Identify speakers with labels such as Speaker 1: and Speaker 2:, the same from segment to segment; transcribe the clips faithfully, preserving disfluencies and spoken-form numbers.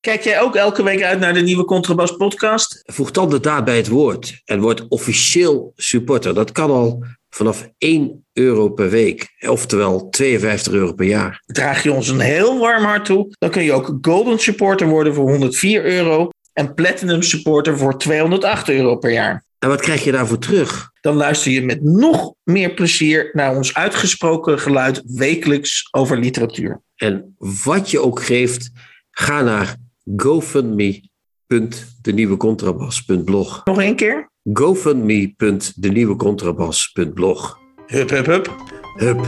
Speaker 1: Kijk jij ook elke week uit naar de nieuwe Contrabas podcast?
Speaker 2: Voeg dan de daad bij het woord en word officieel supporter. Dat kan al vanaf één euro per week, oftewel tweeënvijftig euro per jaar.
Speaker 1: Draag je ons een heel warm hart toe, dan kun je ook Golden Supporter worden voor honderdvier euro en Platinum Supporter voor tweehonderdacht euro per jaar.
Speaker 2: En wat krijg je daarvoor terug?
Speaker 1: Dan luister je met nog meer plezier naar ons uitgesproken geluid wekelijks over literatuur.
Speaker 2: En wat je ook geeft, ga naar gofundme punt de nieuwe contrabas punt blog.
Speaker 1: Nog één keer?
Speaker 2: gofundme punt de nieuwe contrabas punt blog.
Speaker 1: Hup, hup, hup.
Speaker 2: Hup.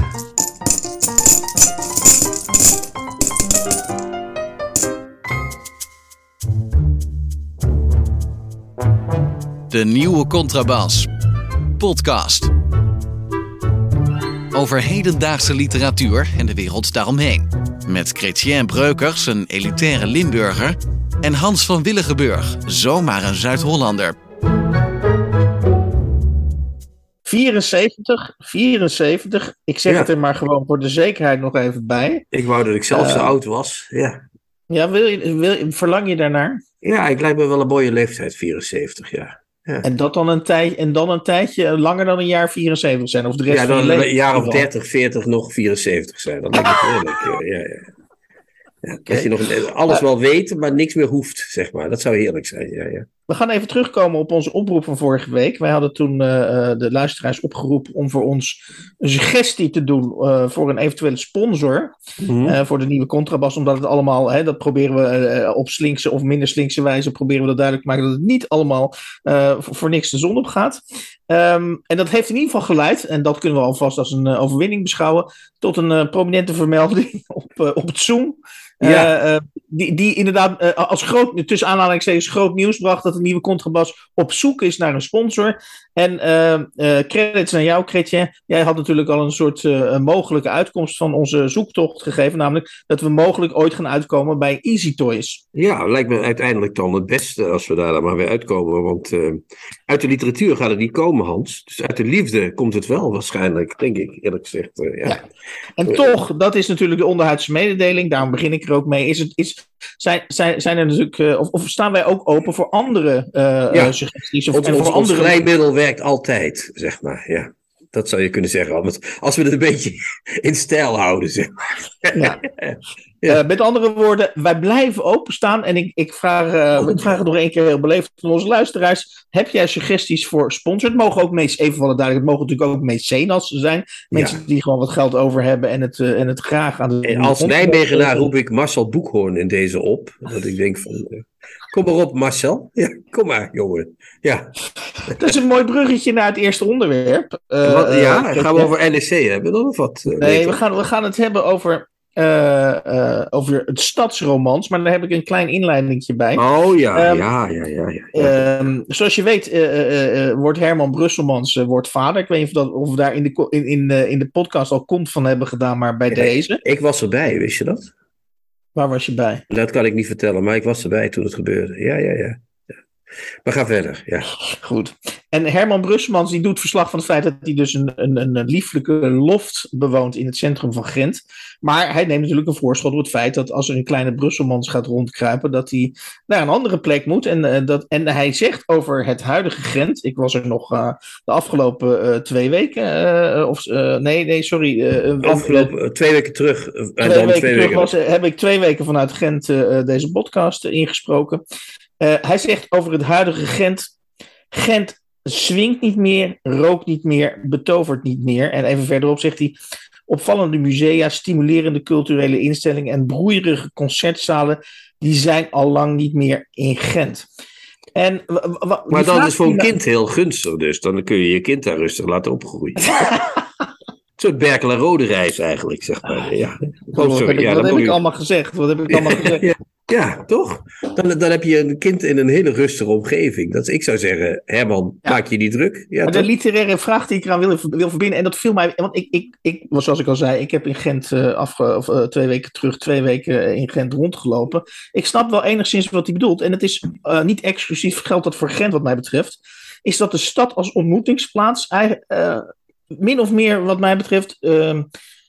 Speaker 3: De nieuwe Contrabas podcast. Over hedendaagse literatuur en de wereld daaromheen. Met Chrétien Breukers, een elitaire Limburger, en Hans van Willigenburg, zomaar een Zuid-Hollander.
Speaker 1: vierenzeventig, vierenzeventig. Ik zeg
Speaker 2: Ja.
Speaker 1: het er maar gewoon voor de zekerheid nog even bij.
Speaker 2: Ik wou dat ik zelf zo
Speaker 1: Uh,
Speaker 2: oud was. Ja.
Speaker 1: Ja, wil je, wil, je- verlang je daarnaar?
Speaker 2: ja, ik lijkt me wel een mooie leeftijd, vierenzeventig jaar. Ja,
Speaker 1: En dat dan een tijd, en dan een tijdje langer dan een jaar vierenzeventig zijn? Of de rest
Speaker 2: ja
Speaker 1: van je
Speaker 2: dan
Speaker 1: leven?
Speaker 2: een jaar of
Speaker 1: geval?
Speaker 2: dertig, veertig nog vierenzeventig zijn. Dat lijkt me heerlijk. Ja, ja, ja. Ja, dat je nog alles wel weet, maar niks meer hoeft, zeg maar. Dat zou heerlijk zijn, ja, ja.
Speaker 1: We gaan even terugkomen op onze oproep van vorige week. Wij hadden toen uh, uh, de luisteraars opgeroepen om voor ons een suggestie te doen uh, voor een eventuele sponsor
Speaker 2: Mhm.
Speaker 1: uh, voor de nieuwe Contrabas. Omdat het allemaal, hè, dat proberen we uh, op slinkse of minder slinkse wijze, proberen we dat duidelijk te maken dat het niet allemaal uh, voor, voor niks de zon op gaat. Um, en dat heeft in ieder geval geleid, en dat kunnen we alvast als een uh, overwinning beschouwen, tot een uh, prominente vermelding op, uh, op het Zoom.
Speaker 2: Ja.
Speaker 1: Uh, uh, die, die inderdaad uh, als groot, tussen aanhalingstekens groot nieuws bracht dat de nieuwe Contrabas op zoek is naar een sponsor. En uh, uh, credits naar jou, Chrétien. Jij had natuurlijk al een soort uh, een mogelijke uitkomst van onze zoektocht gegeven, namelijk dat we mogelijk ooit gaan uitkomen bij Easy Toys.
Speaker 2: Ja, lijkt me uiteindelijk dan het beste als we daar dan maar weer uitkomen. Want uh, uit de literatuur gaat het niet komen, Hans. Dus uit de liefde komt het wel waarschijnlijk, denk ik, eerlijk gezegd. Uh, ja.
Speaker 1: Ja. En uh, toch, dat is natuurlijk de onderhuidse mededeling, daarom begin ik er ook mee. Is het, is, zijn, zijn, zijn er natuurlijk, uh, of, of staan wij ook open voor andere uh,
Speaker 2: ja.
Speaker 1: uh, suggesties? Of,
Speaker 2: Ons,
Speaker 1: en voor
Speaker 2: ons, ons
Speaker 1: andere...
Speaker 2: glijmiddel werkt altijd, zeg maar. Ja, dat zou je kunnen zeggen. Als we het een beetje in stijl houden, zeg maar.
Speaker 1: Ja.
Speaker 2: Ja.
Speaker 1: Uh, met andere woorden, wij blijven openstaan. En ik, ik, vraag, uh, ik vraag het nog één keer heel beleefd van onze luisteraars. Heb jij suggesties voor sponsors? Het mogen ook meest, even van het duidelijk, het mogen natuurlijk ook mecenas zijn. Mensen ja. die gewoon wat geld over hebben en het, uh, en het graag aan de...
Speaker 2: En als Nijmegenaar roep ik Marcel Boekhoorn in deze op. Dat ik denk van... Uh, kom maar op, Marcel. Ja, kom maar, jongen. Ja.
Speaker 1: Dat is een mooi bruggetje naar het eerste onderwerp.
Speaker 2: Uh, wat, ja, uh, gaan we over N S C hebben dan of wat? Uh,
Speaker 1: nee, we gaan, we gaan het hebben over... Uh, uh, over het stadsromans, maar daar heb ik een klein inleidingje bij.
Speaker 2: Oh ja, um, ja, ja, ja. ja,
Speaker 1: ja. Um, zoals je weet uh, uh, uh, wordt Herman Brusselmans uh, wordt vader. Ik weet niet of, dat, of we daar in de, in, in, uh, in de podcast al kont van hebben gedaan, maar bij ja, deze.
Speaker 2: Ik was erbij, wist je dat?
Speaker 1: Waar was je bij?
Speaker 2: Dat kan ik niet vertellen, maar ik was erbij toen het gebeurde. Ja, ja, ja. Maar ga verder, ja.
Speaker 1: Goed. En Herman Brusselmans die doet verslag van het feit dat hij dus een, een, een lieflijke loft bewoont in het centrum van Gent. Maar hij neemt natuurlijk een voorschot op het feit dat als er een kleine Brusselmans gaat rondkruipen, dat hij naar een andere plek moet. En, uh, dat, en hij zegt over het huidige Gent, ik was er nog uh, de afgelopen uh, twee weken, uh, of uh, nee, nee, sorry. Uh,
Speaker 2: afgelopen uh, twee weken terug. Uh,
Speaker 1: twee
Speaker 2: dan
Speaker 1: weken
Speaker 2: twee
Speaker 1: terug
Speaker 2: weken.
Speaker 1: Was, uh, heb ik twee weken vanuit Gent uh, deze podcast uh, ingesproken. Uh, hij zegt over het huidige Gent, Gent swingt niet meer, rookt niet meer, betovert niet meer. En even verderop zegt hij, opvallende musea, stimulerende culturele instellingen en broeierige concertzalen, die zijn al lang niet meer in Gent. En, w- w-
Speaker 2: maar dat is voor een kind heel gunstig dus, dan kun je je kind daar rustig laten opgroeien. Een soort Berkelen rode reis eigenlijk, zeg maar. Ja.
Speaker 1: Oh, sorry. Ja, wat heb ik u... allemaal gezegd? Wat heb ik allemaal gezegd?
Speaker 2: Ja. Ja, toch? Dan, dan heb je een kind in een hele rustige omgeving. Dat is, ik zou zeggen, Herman, ja. maak je niet druk. Ja,
Speaker 1: maar de literaire vraag die ik eraan wil, wil verbinden, en dat viel mij, want ik, ik, ik zoals ik al zei, ik heb in Gent uh, afge, of, uh, twee weken terug, twee weken in Gent rondgelopen. Ik snap wel enigszins wat hij bedoelt. En het is uh, niet exclusief, geldt dat voor Gent wat mij betreft, is dat de stad als ontmoetingsplaats, uh, min of meer wat mij betreft... Uh,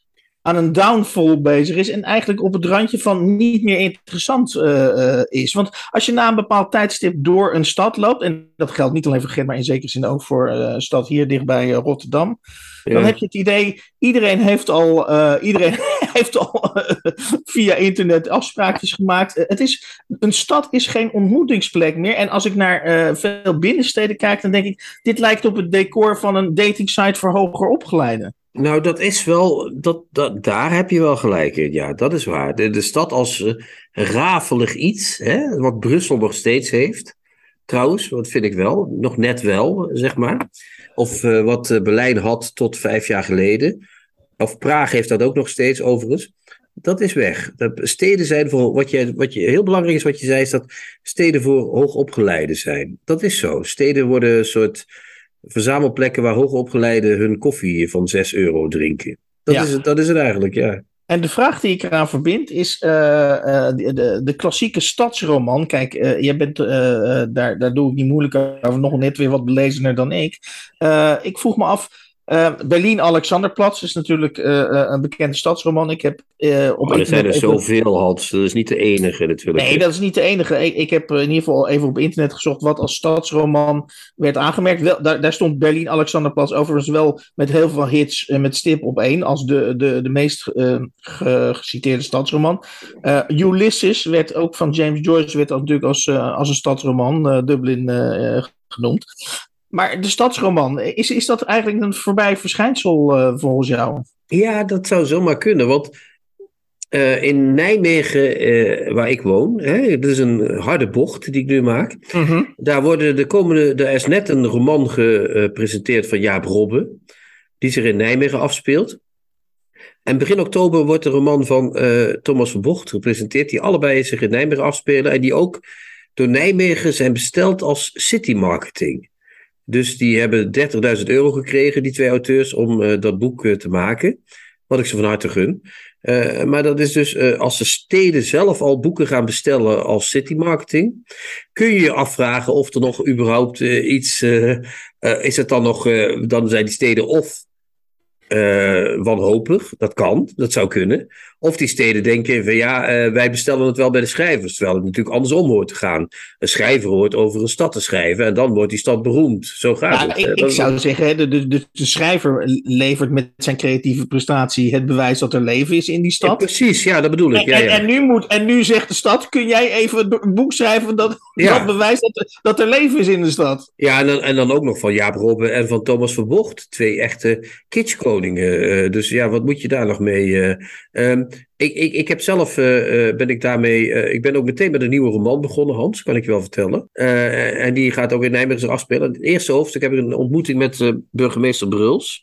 Speaker 1: aan een downfall bezig is en eigenlijk op het randje van niet meer interessant uh, uh, is. Want als je na een bepaald tijdstip door een stad loopt, en dat geldt niet alleen voor Gent, maar in zekere zin ook voor uh, een stad hier dichtbij uh, Rotterdam, ja. Dan heb je het idee, iedereen heeft al, uh, iedereen heeft al uh, via internet afspraakjes gemaakt. Uh, het is, een stad is geen ontmoetingsplek meer. En als ik naar uh, veel binnensteden kijk, dan denk ik, dit lijkt op het decor van een datingsite voor hoger opgeleiden.
Speaker 2: Nou, dat is wel, dat, dat, daar heb je wel gelijk in. Ja, dat is waar. De, de stad als uh, rafelig iets, hè, wat Brussel nog steeds heeft. Trouwens, wat vind ik wel, nog net wel, zeg maar. Of uh, wat uh, Berlijn had tot vijf jaar geleden. Of Praag heeft dat ook nog steeds, overigens. Dat is weg. Dat steden zijn voor, wat je, wat je, heel belangrijk is wat je zei, is dat steden voor hoogopgeleiden zijn. Dat is zo. Steden worden een soort verzamelplekken waar hoogopgeleiden hun koffie van zes euro drinken. Dat, ja. is, het, dat is het eigenlijk, ja.
Speaker 1: En de vraag die ik eraan verbind is uh, uh, de, de, de klassieke stadsroman. Kijk, uh, jij bent, uh, uh, daar, daar doe ik niet moeilijk over, nog net weer wat belezener dan ik. Uh, ik vroeg me af, uh, Berlin-Alexanderplatz is natuurlijk uh, uh, een bekende stadsroman. Ik heb, uh, op
Speaker 2: oh, er zijn er even... zoveel, Hans. Dat is niet de enige natuurlijk.
Speaker 1: Nee, dat is niet de enige. Ik, ik heb in ieder geval even op internet gezocht wat als stadsroman werd aangemerkt. Wel, daar, daar stond Berlin-Alexanderplatz overigens wel met heel veel hits uh, met stip op één als de, de, de meest uh, ge, geciteerde stadsroman. Uh, Ulysses werd ook van James Joyce werd natuurlijk als, uh, als een stadsroman uh, Dublin uh, genoemd. Maar de stadsroman, is, is dat eigenlijk een voorbij verschijnsel uh, volgens jou?
Speaker 2: Ja, dat zou zomaar kunnen, want uh, in Nijmegen, uh, waar ik woon, hè, dat is een harde bocht die ik nu maak, mm-hmm. daar worden de komende, er is net een roman gepresenteerd van Jaap Robbe, die zich in Nijmegen afspeelt. En begin oktober wordt de roman van uh, Thomas Verbocht gepresenteerd, die allebei zich in Nijmegen afspelen en die ook door Nijmegen zijn besteld als city marketing. Dus die hebben dertigduizend euro gekregen, die twee auteurs, om uh, dat boek uh, te maken. Wat ik ze van harte gun. Uh, maar dat is dus, uh, als de steden zelf al boeken gaan bestellen als city marketing, kun je je afvragen of er nog überhaupt uh, iets, uh, uh, is het dan nog, uh, dan zijn die steden of uh, wanhopig, dat kan, dat zou kunnen. Of die steden denken van ja, uh, wij bestellen het wel bij de schrijvers. Terwijl het natuurlijk andersom hoort te gaan. Een schrijver hoort over een stad te schrijven en dan wordt die stad beroemd. Zo gaat
Speaker 1: ja,
Speaker 2: het.
Speaker 1: Ik, ik zou zeggen, de, de, de schrijver levert met zijn creatieve prestatie het bewijs dat er leven is in die stad.
Speaker 2: Ja, precies, ja, dat bedoel ik.
Speaker 1: En,
Speaker 2: ja, ja.
Speaker 1: En, en, nu moet, en nu zegt de stad, kun jij even een boek schrijven dat, ja. dat bewijst dat, dat er leven is in de stad?
Speaker 2: Ja, en dan, en dan ook nog van Jaap Robbe en van Thomas Verbocht. Twee echte kitschkoningen. Uh, dus ja, wat moet je daar nog mee... Uh, um, Ik, ik, ik heb zelf, uh, ben ik daarmee, uh, ik ben ook meteen met een nieuwe roman begonnen, Hans, kan ik je wel vertellen. Uh, en die gaat ook in Nijmegen zich afspelen. In het eerste hoofdstuk heb ik een ontmoeting met uh, burgemeester Bruls.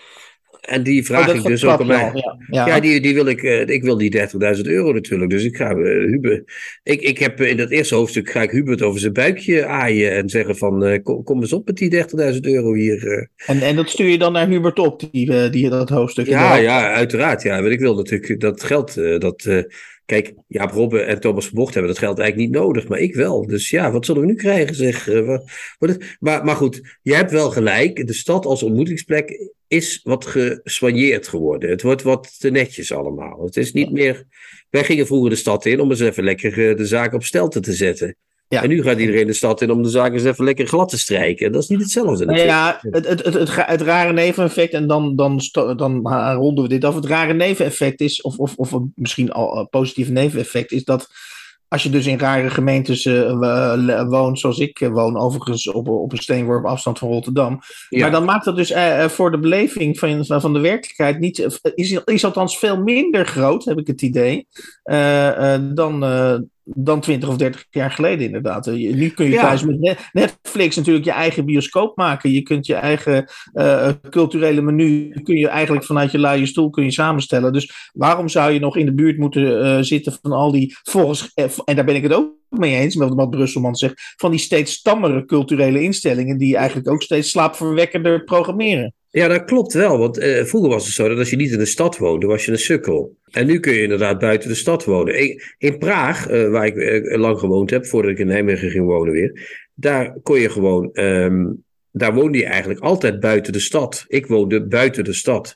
Speaker 2: En die vraag oh, ik dus ook aan mij. Ja, ja. ja die, die wil ik, uh, ik wil die dertigduizend euro natuurlijk. Dus ik ga uh, Hubert. Ik, ik heb uh, in dat eerste hoofdstuk ga ik Hubert over zijn buikje aaien en zeggen van uh, kom, kom eens op met die dertigduizend euro hier. Uh.
Speaker 1: En, en dat stuur je dan naar Hubert op, die, uh, die dat hoofdstuk?
Speaker 2: Ja, ja, uiteraard. Ja. Want ik wil natuurlijk dat geld, uh, dat... Uh, Kijk, Jaap Robbe en Thomas Verbocht hebben dat geld eigenlijk niet nodig, maar ik wel. Dus ja, wat zullen we nu krijgen, zeg. Uh, wat, wat maar, maar goed, je hebt wel gelijk. De stad als ontmoetingsplek is wat gesoigneerd geworden. Het wordt wat te netjes allemaal. Het is niet meer... Wij gingen vroeger de stad in om eens even lekker uh, de zaak op stelte te zetten. Ja. En nu gaat iedereen de stad in om de zaken eens even lekker glad te strijken. Dat is niet hetzelfde natuurlijk.
Speaker 1: Ja, het, het, het, het, het rare neveneffect, en dan, dan, dan ronden we dit af. Het rare neveneffect is, of, of, of misschien al een positieve neveneffect, is dat als je dus in rare gemeentes uh, woont, zoals ik uh, woon, overigens op, op een steenworp afstand van Rotterdam. Ja. Maar dan maakt dat dus uh, voor de beleving van, van de werkelijkheid niet, uh, is, is althans veel minder groot, heb ik het idee, uh, uh, dan... Uh, dan twintig of dertig jaar geleden inderdaad. Nu kun je ja. thuis met Netflix natuurlijk je eigen bioscoop maken. Je kunt je eigen uh, culturele menu kun je eigenlijk vanuit je luie stoel kun je samenstellen. Dus waarom zou je nog in de buurt moeten uh, zitten van al die volgens, en daar ben ik het ook mee eens, met wat Brusselman zegt, van die steeds tammere culturele instellingen die eigenlijk ook steeds slaapverwekkender programmeren.
Speaker 2: Ja, dat klopt wel, want uh, vroeger was het zo dat als je niet in de stad woonde, was je een sukkel. En nu kun je inderdaad buiten de stad wonen. In, in Praag, uh, waar ik uh, lang gewoond heb, voordat ik in Nijmegen ging wonen weer, daar kon je gewoon, um, daar woonde je eigenlijk altijd buiten de stad. Ik woonde buiten de stad.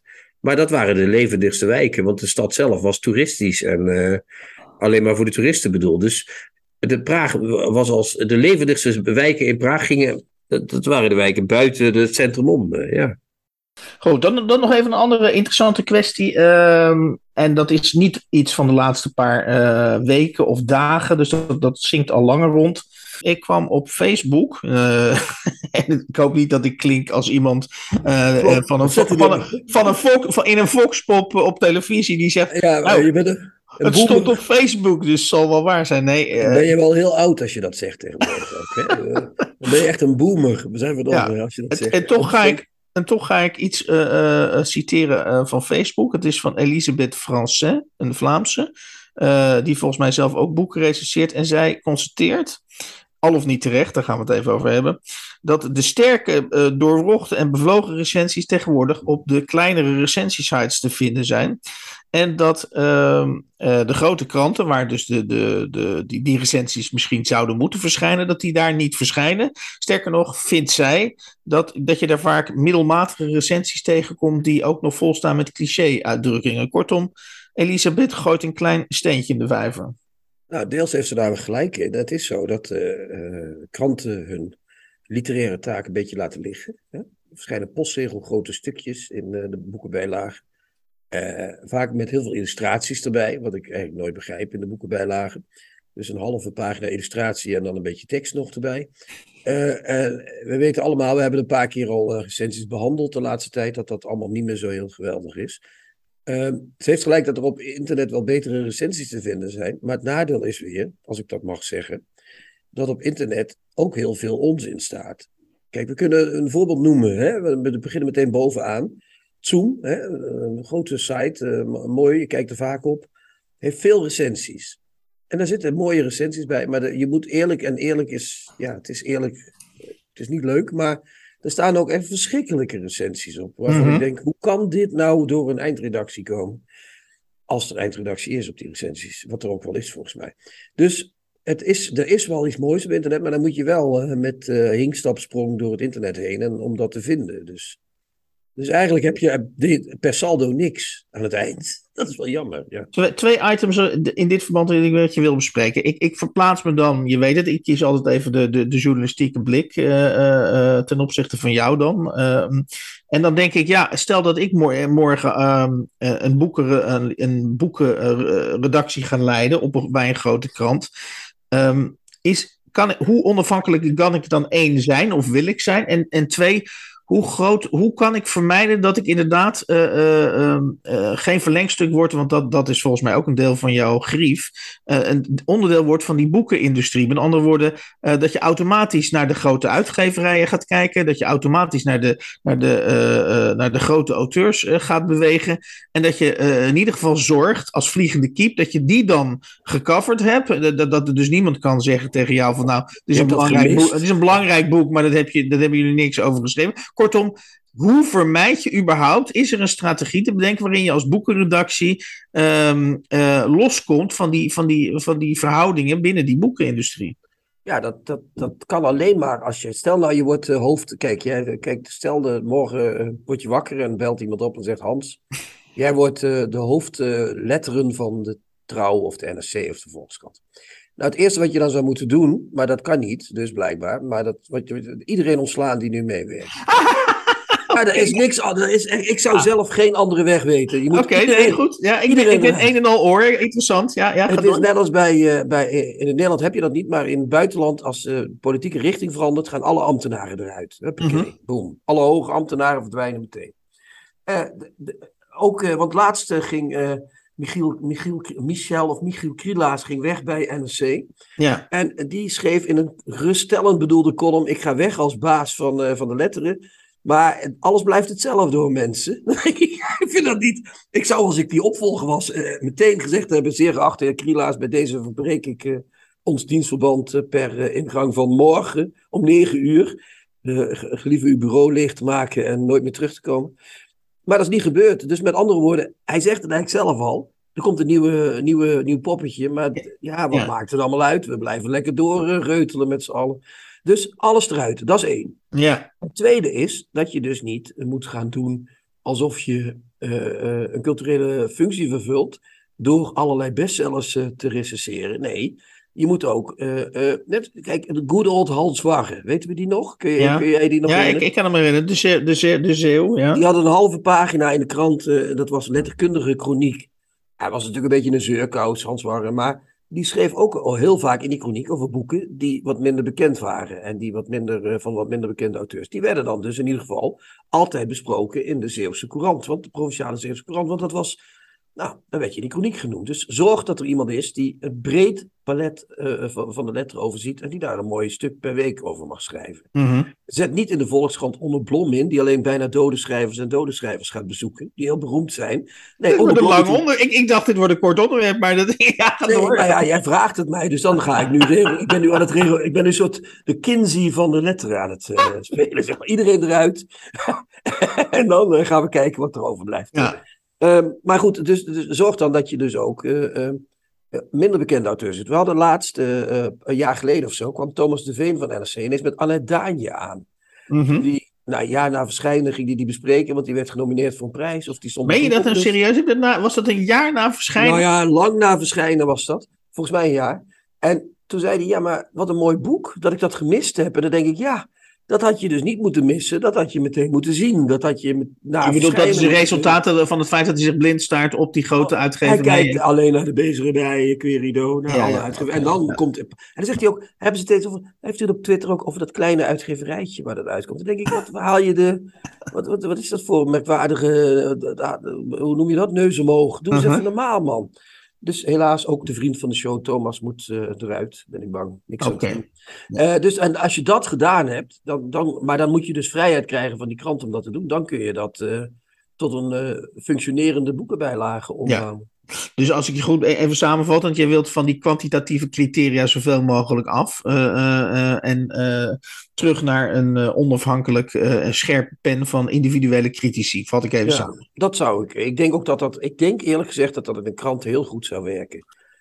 Speaker 2: Maar dat waren de levendigste wijken, want de stad zelf was toeristisch en uh, alleen maar voor de toeristen bedoeld. Dus de Praag was als de levendigste wijken in Praag gingen, dat, dat waren de wijken buiten het centrum om. Uh, ja.
Speaker 1: Goed, dan, dan nog even een andere interessante kwestie. Um, en dat is niet iets van de laatste paar uh, weken of dagen, dus dat, dat zinkt al langer rond. Ik kwam op Facebook, uh, en ik hoop niet dat ik klink als iemand uh, uh, van een, van een, van een volk, van in een volkspop op televisie die zegt,
Speaker 2: ja,
Speaker 1: nou,
Speaker 2: je bent een, een
Speaker 1: het
Speaker 2: boomer.
Speaker 1: Stond op Facebook, dus het zal wel waar zijn. Nee, uh,
Speaker 2: dan ben je wel heel oud als je dat zegt tegenwoordig ook. Hè? Dan ben je echt een boomer, zijn we dan, ja, als je dat
Speaker 1: het,
Speaker 2: zegt.
Speaker 1: En toch ga ik... En toch ga ik iets uh, uh, citeren uh, van Facebook. Het is van Elisabeth Francet, een Vlaamse. Uh, die volgens mij zelf ook boeken recenseert. En zij constateert, al of niet terecht, daar gaan we het even over hebben, dat de sterke, uh, doorwrochte en bevlogen recensies tegenwoordig op de kleinere recensiesites te vinden zijn. En dat uh, uh, de grote kranten, waar dus de, de, de, die, die recensies misschien zouden moeten verschijnen, dat die daar niet verschijnen. Sterker nog, vindt zij dat, dat je daar vaak middelmatige recensies tegenkomt die ook nog volstaan met cliché-uitdrukkingen. Kortom, Elisabeth gooit een klein steentje in de vijver.
Speaker 2: Nou, deels heeft ze daar gelijk in. Het is zo dat uh, uh, kranten hun literaire taak een beetje laten liggen. Hè? Er verschijnen postzegelgrote stukjes in uh, de boekenbijlagen. Uh, vaak met heel veel illustraties erbij, wat ik eigenlijk nooit begrijp in de boekenbijlagen. Dus een halve pagina illustratie en dan een beetje tekst nog erbij. Uh, uh, we weten allemaal, we hebben een paar keer al uh, recensies behandeld de laatste tijd, dat dat allemaal niet meer zo heel geweldig is. Uh, het heeft gelijk dat er op internet wel betere recensies te vinden zijn, maar het nadeel is weer, als ik dat mag zeggen, dat op internet ook heel veel onzin staat. Kijk, we kunnen een voorbeeld noemen, hè? We beginnen meteen bovenaan. Zoom, hè, een grote site, uh, mooi, je kijkt er vaak op, heeft veel recensies. En daar zitten mooie recensies bij, maar de, je moet eerlijk, en eerlijk is, ja, het is eerlijk, het is niet leuk, maar er staan ook echt verschrikkelijke recensies op, waarvan mm-hmm. ik denk, hoe kan dit nou door een eindredactie komen? Als er eindredactie is op die recensies, wat er ook wel is volgens mij. Dus het is, er is wel iets moois op internet, maar dan moet je wel uh, met uh, hinkstapsprong door het internet heen en, om dat te vinden, dus... Dus eigenlijk heb je per saldo niks aan het eind. Dat is wel jammer. Ja.
Speaker 1: Twee, twee items in dit verband die ik met je wil bespreken. Ik, ik verplaats me dan, je weet het, ik kies altijd even de, de, de journalistieke blik uh, uh, ten opzichte van jou dan. Uh, en dan denk ik, ja, stel dat ik mor- morgen um, een, boeken, een, een boekenredactie ga leiden op, bij een grote krant. Um, is, kan, hoe onafhankelijk kan ik dan één zijn of wil ik zijn? En, en twee... Hoe groot, hoe kan ik vermijden dat ik inderdaad uh, uh, uh, geen verlengstuk word, want dat, dat is volgens mij ook een deel van jouw grief, uh, een onderdeel wordt van die boekenindustrie. Met andere woorden, uh, dat je automatisch naar de grote uitgeverijen gaat kijken, dat je automatisch naar de, naar de, uh, uh, naar de grote auteurs uh, gaat bewegen en dat je uh, in ieder geval zorgt, als vliegende kiep, dat je die dan gecoverd hebt, dat, dat er dus niemand kan zeggen tegen jou van nou, het is, een belangrijk, boek, het is een belangrijk boek, maar dat, heb je, dat hebben jullie niks over geschreven. Kortom, hoe vermijd je überhaupt, is er een strategie te bedenken waarin je als boekenredactie um, uh, loskomt van die, van, die, van die verhoudingen binnen die boekenindustrie?
Speaker 2: Ja, dat, dat, dat kan alleen maar als je, stel nou je wordt uh, hoofd, kijk, jij, kijk stel de, morgen uh, word je wakker en belt iemand op en zegt Hans, jij wordt uh, de hoofdletteren uh, van de Trouw of de N R C of de Volkskrant. Nou, het eerste wat je dan zou moeten doen, maar dat kan niet, dus blijkbaar, maar dat, wat je, iedereen ontslaan die nu meewerkt. Maar er is niks anders. Ik zou zelf geen andere weg weten. Oké,
Speaker 1: okay, nee, goed. Ja, ik, ben, ik ben een en al oor. Interessant. Ja, ja,
Speaker 2: het is net als bij, uh, bij... In Nederland heb je dat niet, maar in het buitenland, als de uh, politieke richting verandert, gaan alle ambtenaren eruit. Huppakee, mm-hmm. Boom. Alle hoge ambtenaren verdwijnen meteen. Uh, de, de, ook, uh, want laatst uh, ging... Uh, Michiel, Michiel, Michel of Michiel Krielaas ging weg bij N R C. Ja. En die schreef in een geruststellend bedoelde column, ik ga weg als baas van, uh, van de letteren. Maar alles blijft hetzelfde hoor mensen. Ik vind dat niet. Ik zou als ik die opvolger was uh, meteen gezegd hebben, zeer geachte heer Krielaas, bij deze verbreek ik uh, ons dienstverband uh, per uh, ingang van morgen om negen uur. Uh, gelieve uw bureau leeg te maken en nooit meer terug te komen. Maar dat is niet gebeurd. Dus met andere woorden, hij zegt het eigenlijk zelf al. Er komt een nieuwe, nieuwe, nieuw poppetje. Maar ja, wat ja. maakt het allemaal uit? We blijven lekker doorreutelen met z'n allen. Dus alles eruit. Dat is één.
Speaker 1: Ja.
Speaker 2: Het tweede is dat je dus niet moet gaan doen alsof je uh, uh, een culturele functie vervult door allerlei bestsellers uh, te recenseren. Nee, je moet ook, uh, uh, net, kijk, de good old Hans Warre, weten we die nog? Kun, je,
Speaker 1: ja.
Speaker 2: kun jij die nog
Speaker 1: ja,
Speaker 2: herinneren?
Speaker 1: Ja, ik, ik kan hem herinneren, de, ze, de, ze, de Zeeuw, ja.
Speaker 2: Die had een halve pagina in de krant, uh, dat was letterkundige kroniek. Hij was natuurlijk een beetje een zeurkous, Hans Warre, maar die schreef ook al heel vaak in die kroniek over boeken die wat minder bekend waren. En die wat minder, uh, van wat minder bekende auteurs. Die werden dan dus in ieder geval altijd besproken in de Zeeuwse Courant. Want de Provinciale Zeeuwse Courant, want dat was, nou, dan werd je die kroniek genoemd. Dus zorg dat er iemand is die een breed palet uh, van, van de letteren overziet. En die daar een mooi stuk per week over mag schrijven.
Speaker 1: Mm-hmm.
Speaker 2: Zet niet in de Volkskrant onder Blom in, die alleen bijna dode schrijvers en dode schrijvers gaat bezoeken. Die heel beroemd zijn. Nee,
Speaker 1: dit wordt een lang
Speaker 2: die...
Speaker 1: onder. Ik, ik dacht, dit wordt een kort onderwerp, maar dat ja, gaat
Speaker 2: nee,
Speaker 1: door.
Speaker 2: Nou ja, jij vraagt het mij, dus dan ga ik nu regelen. Ik ben nu aan het regelen. Ik ben een soort de Kinsey van de letteren aan het uh, spelen. Zeg maar. Iedereen eruit. En dan uh, gaan we kijken wat er overblijft.
Speaker 1: Ja.
Speaker 2: Um, maar goed, dus, dus zorg dan dat je dus ook uh, uh, minder bekende auteurs zit. We hadden laatst, uh, uh, een jaar geleden of zo, kwam Thomas de Veen van N R C ineens met Annette Daanje aan.
Speaker 1: Mm-hmm.
Speaker 2: Die, nou, een jaar na verschijnen ging die die bespreken, want die werd genomineerd voor een prijs. Of die stond
Speaker 1: Meen je dat nou serieus? Was dat een jaar na verschijnen?
Speaker 2: Nou ja, lang na verschijnen was dat. Volgens mij een jaar. En toen zei hij, ja, maar wat een mooi boek, dat ik dat gemist heb. En dan denk ik, ja, dat had je dus niet moeten missen. Dat had je meteen moeten zien. Dat had je met, na
Speaker 1: je bedoelt, dat is de resultaten van het feit dat hij zich blind staart op die grote
Speaker 2: oh,
Speaker 1: uitgeverijen.
Speaker 2: Hij kijkt alleen naar de bezerijen, Querido, naar
Speaker 1: ja,
Speaker 2: alle
Speaker 1: ja,
Speaker 2: uitgeverijen.
Speaker 1: okay,
Speaker 2: En dan
Speaker 1: ja.
Speaker 2: komt... En dan zegt hij ook, hebben ze het eens over... Heeft u het op Twitter ook over dat kleine uitgeverijtje waar dat uitkomt? Dan denk ik, wat haal je de... Wat, wat, wat is dat voor merkwaardige... Hoe noem je dat? Neus omhoog. Doe eens uh-huh. even normaal, man. Dus helaas ook de vriend van de show, Thomas, moet uh, eruit. Ben ik bang. Niks aan
Speaker 1: okay.
Speaker 2: te doen. Uh, dus en als je dat gedaan hebt, dan, dan, maar dan moet je dus vrijheid krijgen van die krant om dat te doen. Dan kun je dat uh, tot een uh, functionerende boekenbijlage ombouwen.
Speaker 1: Ja. Dus als ik je goed even samenvat, want jij wilt van die kwantitatieve criteria zoveel mogelijk af. Uh, uh, uh, en uh, terug naar een uh, onafhankelijk uh, scherpe pen van individuele critici. Vat ik even
Speaker 2: ja,
Speaker 1: samen.
Speaker 2: Dat zou ik. Ik denk ook dat dat. Ik denk eerlijk gezegd dat dat in een krant heel goed zou werken.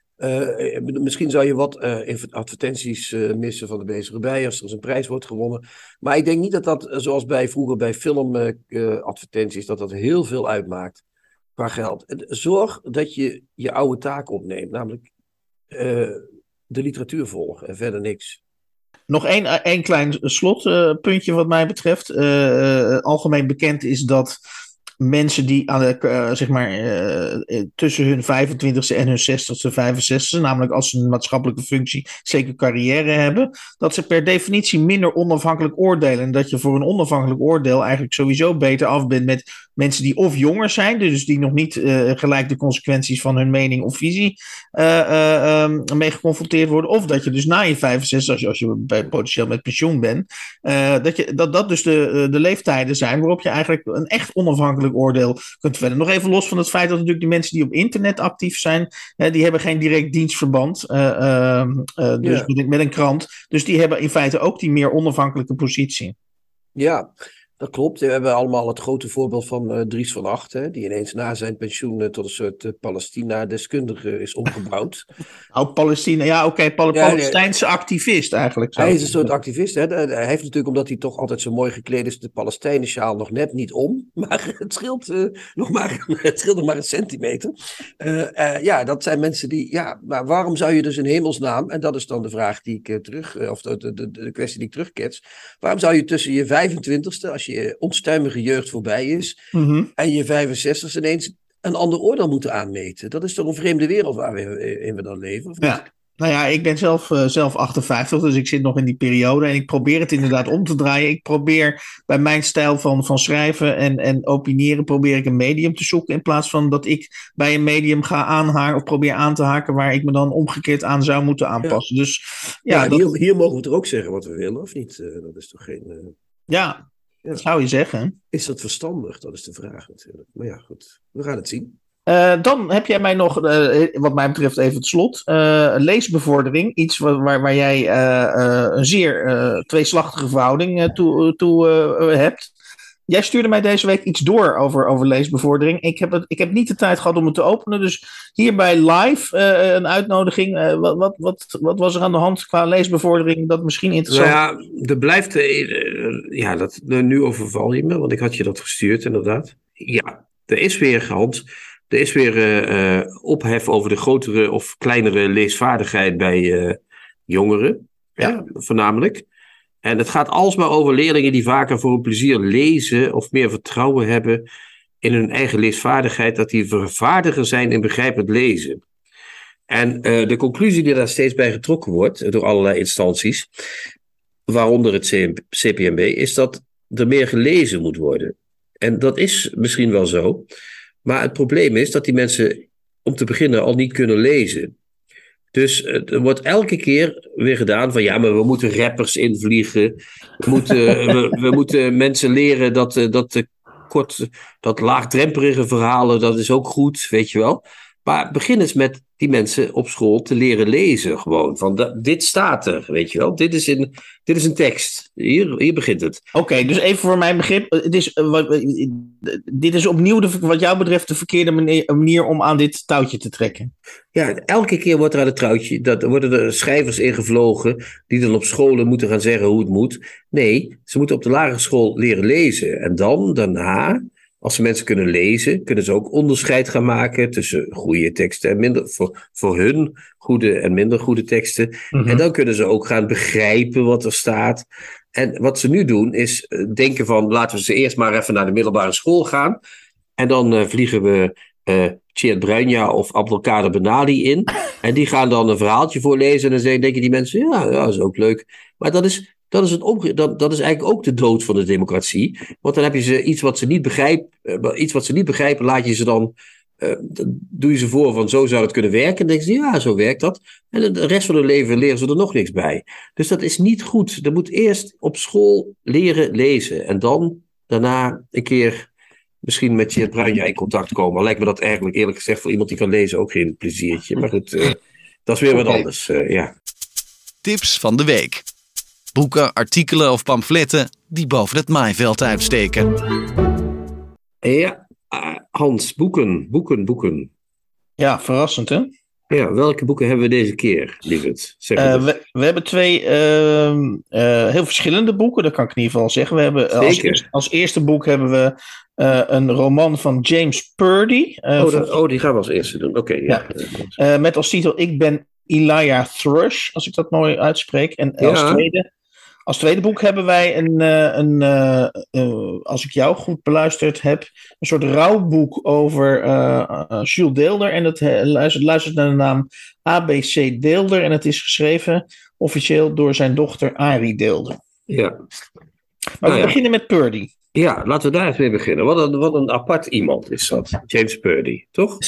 Speaker 2: Uh, misschien zou je wat uh, advertenties uh, missen van de bezige bij als er eens een prijs wordt gewonnen. Maar ik denk niet dat dat, zoals bij vroeger bij filmadvertenties, uh, dat dat heel veel uitmaakt qua geld. Zorg dat je je oude taak opneemt, namelijk uh, de literatuur volgen en verder niks.
Speaker 1: Nog één, één klein slotpuntje uh, wat mij betreft. Uh, uh, algemeen bekend is dat mensen die aan de, uh, zeg maar, uh, tussen hun vijfentwintigste en hun zestigste, vijfenzestigste, namelijk als ze een maatschappelijke functie, zeker carrière hebben, dat ze per definitie minder onafhankelijk oordelen. En dat je voor een onafhankelijk oordeel eigenlijk sowieso beter af bent met mensen die of jonger zijn, dus die nog niet uh, gelijk de consequenties van hun mening of visie uh, uh, um, mee geconfronteerd worden, of dat je dus na je vijfenzestig, als je, als je bij, potentieel met pensioen bent, uh, dat, je, dat dat dus de, de leeftijden zijn waarop je eigenlijk een echt onafhankelijk oordeel kunt vellen. Nog even los van het feit dat natuurlijk die mensen die op internet actief zijn, uh, die hebben geen direct dienstverband uh, uh, uh, dus ja. met, met een krant, dus die hebben in feite ook die meer onafhankelijke positie.
Speaker 2: Ja, dat klopt. We hebben allemaal het grote voorbeeld van uh, Dries van Acht, hè, die ineens na zijn pensioen uh, tot een soort uh, Palestina-deskundige is omgebouwd.
Speaker 1: Oh, Palestina, ja oké, okay. Pal- ja, Palestijnse nee. activist eigenlijk.
Speaker 2: Hij is een soort activist. Hè. Hij heeft natuurlijk, omdat hij toch altijd zo mooi gekleed is, de Palestijnen-sjaal nog net niet om. Maar het scheelt, uh, nog, maar, het scheelt nog maar een centimeter. Uh, uh, ja, dat zijn mensen die... Ja, maar waarom zou je dus in hemelsnaam, en dat is dan de vraag die ik uh, terug... Uh, of de, de, de, de kwestie die ik terugkets. Waarom zou je tussen je vijfentwintigste, als je onstuimige jeugd voorbij is, mm-hmm. en je vijfenzestigste ineens een ander oordeel moeten aanmeten? Dat is toch een vreemde wereld waar we in we dan leven? Of
Speaker 1: ja. Nou ja, ik ben zelf, uh, zelf achtenvijftig, dus ik zit nog in die periode en ik probeer het inderdaad om te draaien. Ik probeer bij mijn stijl van, van schrijven en, en opiniëren, probeer ik een medium te zoeken in plaats van dat ik bij een medium ga aanhaken of probeer aan te haken waar ik me dan omgekeerd aan zou moeten aanpassen. Ja. Dus, ja,
Speaker 2: ja
Speaker 1: dat...
Speaker 2: hier, hier mogen we toch ook zeggen wat we willen, of niet? Uh, dat is toch geen... Uh...
Speaker 1: Ja, ja, dat zou je zeggen.
Speaker 2: Is dat verstandig? Dat is de vraag natuurlijk. Maar ja, goed. We gaan het zien.
Speaker 1: Uh, dan heb jij mij nog, uh, wat mij betreft even het slot, uh, leesbevordering. Iets waar, waar, waar jij uh, uh, een zeer uh, tweeslachtige verhouding uh, toe, toe uh, hebt. Jij stuurde mij deze week iets door over, over leesbevordering. Ik heb, het, ik heb niet de tijd gehad om het te openen. Dus hierbij live uh, een uitnodiging. Uh, wat, wat, wat, wat was er aan de hand qua leesbevordering dat misschien interessant is?
Speaker 2: Nou ja, er blijft... Uh, ja, dat, uh, nu overval je me, want ik had je dat gestuurd inderdaad. Ja, er is weer, Hans, er is weer uh, uh, ophef over de grotere of kleinere leesvaardigheid bij uh, jongeren, ja. hè, voornamelijk. En het gaat alsmaar over leerlingen die vaker voor hun plezier lezen of meer vertrouwen hebben in hun eigen leesvaardigheid, dat die vervaardiger zijn in begrijpend lezen. En uh, de conclusie die daar steeds bij getrokken wordt door allerlei instanties, waaronder het C P M B, is dat er meer gelezen moet worden. En dat is misschien wel zo, maar het probleem is dat die mensen om te beginnen al niet kunnen lezen. Dus er wordt elke keer weer gedaan van ja, maar we moeten rappers invliegen. We moeten, we, we moeten mensen leren dat, dat, kort, dat laagdrempelige verhalen, dat is ook goed, weet je wel. Maar begin eens met die mensen op school te leren lezen gewoon. Van da, dit staat er, weet je wel. Dit is, in, dit is een tekst. Hier, hier begint het.
Speaker 1: Oké, okay, dus even voor mijn begrip. Het is, uh, wat, uh, dit is opnieuw de, wat jou betreft de verkeerde manier, manier om aan dit touwtje te trekken.
Speaker 2: Ja, elke keer wordt er aan het touwtje, dat, worden er schrijvers ingevlogen die dan op scholen moeten gaan zeggen hoe het moet. Nee, ze moeten op de lagere school leren lezen. En dan, daarna, als ze mensen kunnen lezen, kunnen ze ook onderscheid gaan maken tussen goede teksten en minder, voor, voor hun goede en minder goede teksten. Mm-hmm. En dan kunnen ze ook gaan begrijpen wat er staat. En wat ze nu doen is denken van, laten we ze eerst maar even naar de middelbare school gaan. En dan uh, vliegen we uh, Tjeerd Bruinja of Abdelkader Benali in. En die gaan dan een verhaaltje voorlezen. En dan denken die mensen, ja, ja, dat is ook leuk. Maar dat is... Dat is, het omge- dat, dat is eigenlijk ook de dood van de democratie. Want dan heb je ze iets wat ze niet begrijpen, uh, iets wat ze niet begrijpen, laat je ze dan, uh, dan doe je ze voor van zo zou het kunnen werken. En dan denken ze, ja, zo werkt dat. En de rest van hun leven leren ze er nog niks bij. Dus dat is niet goed. Er moet eerst op school leren lezen. En dan, daarna een keer misschien met Tjeerd Bruinja in contact komen. Al lijkt me dat eigenlijk eerlijk gezegd voor iemand die kan lezen ook geen pleziertje. Maar goed, uh, dat is weer wat anders. Uh, ja.
Speaker 3: Tips van de week. Boeken, artikelen of pamfletten die boven het maaiveld uitsteken.
Speaker 2: Ja, uh, Hans, boeken, boeken, boeken.
Speaker 1: Ja, verrassend hè?
Speaker 2: Ja, welke boeken hebben we deze keer, lieverd? Zeg
Speaker 1: uh, we, we hebben twee uh, uh, heel verschillende boeken, dat kan ik in ieder geval zeggen. We hebben, uh, als, eerste, als eerste boek hebben we uh, een roman van James Purdy. Uh,
Speaker 2: oh, dat, oh, die gaan we als eerste doen. Oké. Okay, ja.
Speaker 1: ja. Uh, met als titel Ik ben Elijah Thrush, als ik dat mooi uitspreek. En ja. als tweede... Als tweede boek hebben wij een, een, een uh, als ik jou goed beluisterd heb, een soort rouwboek over uh, uh, Jules Deelder. En dat uh, luistert, luistert naar de naam A B C Deelder. En het is geschreven officieel door zijn dochter Arie Deelder.
Speaker 2: Ja.
Speaker 1: Maar
Speaker 2: nou
Speaker 1: we
Speaker 2: ja.
Speaker 1: beginnen met Purdy.
Speaker 2: Ja, laten we daar eens mee beginnen. Wat een, wat een apart iemand is dat, James Purdy, toch?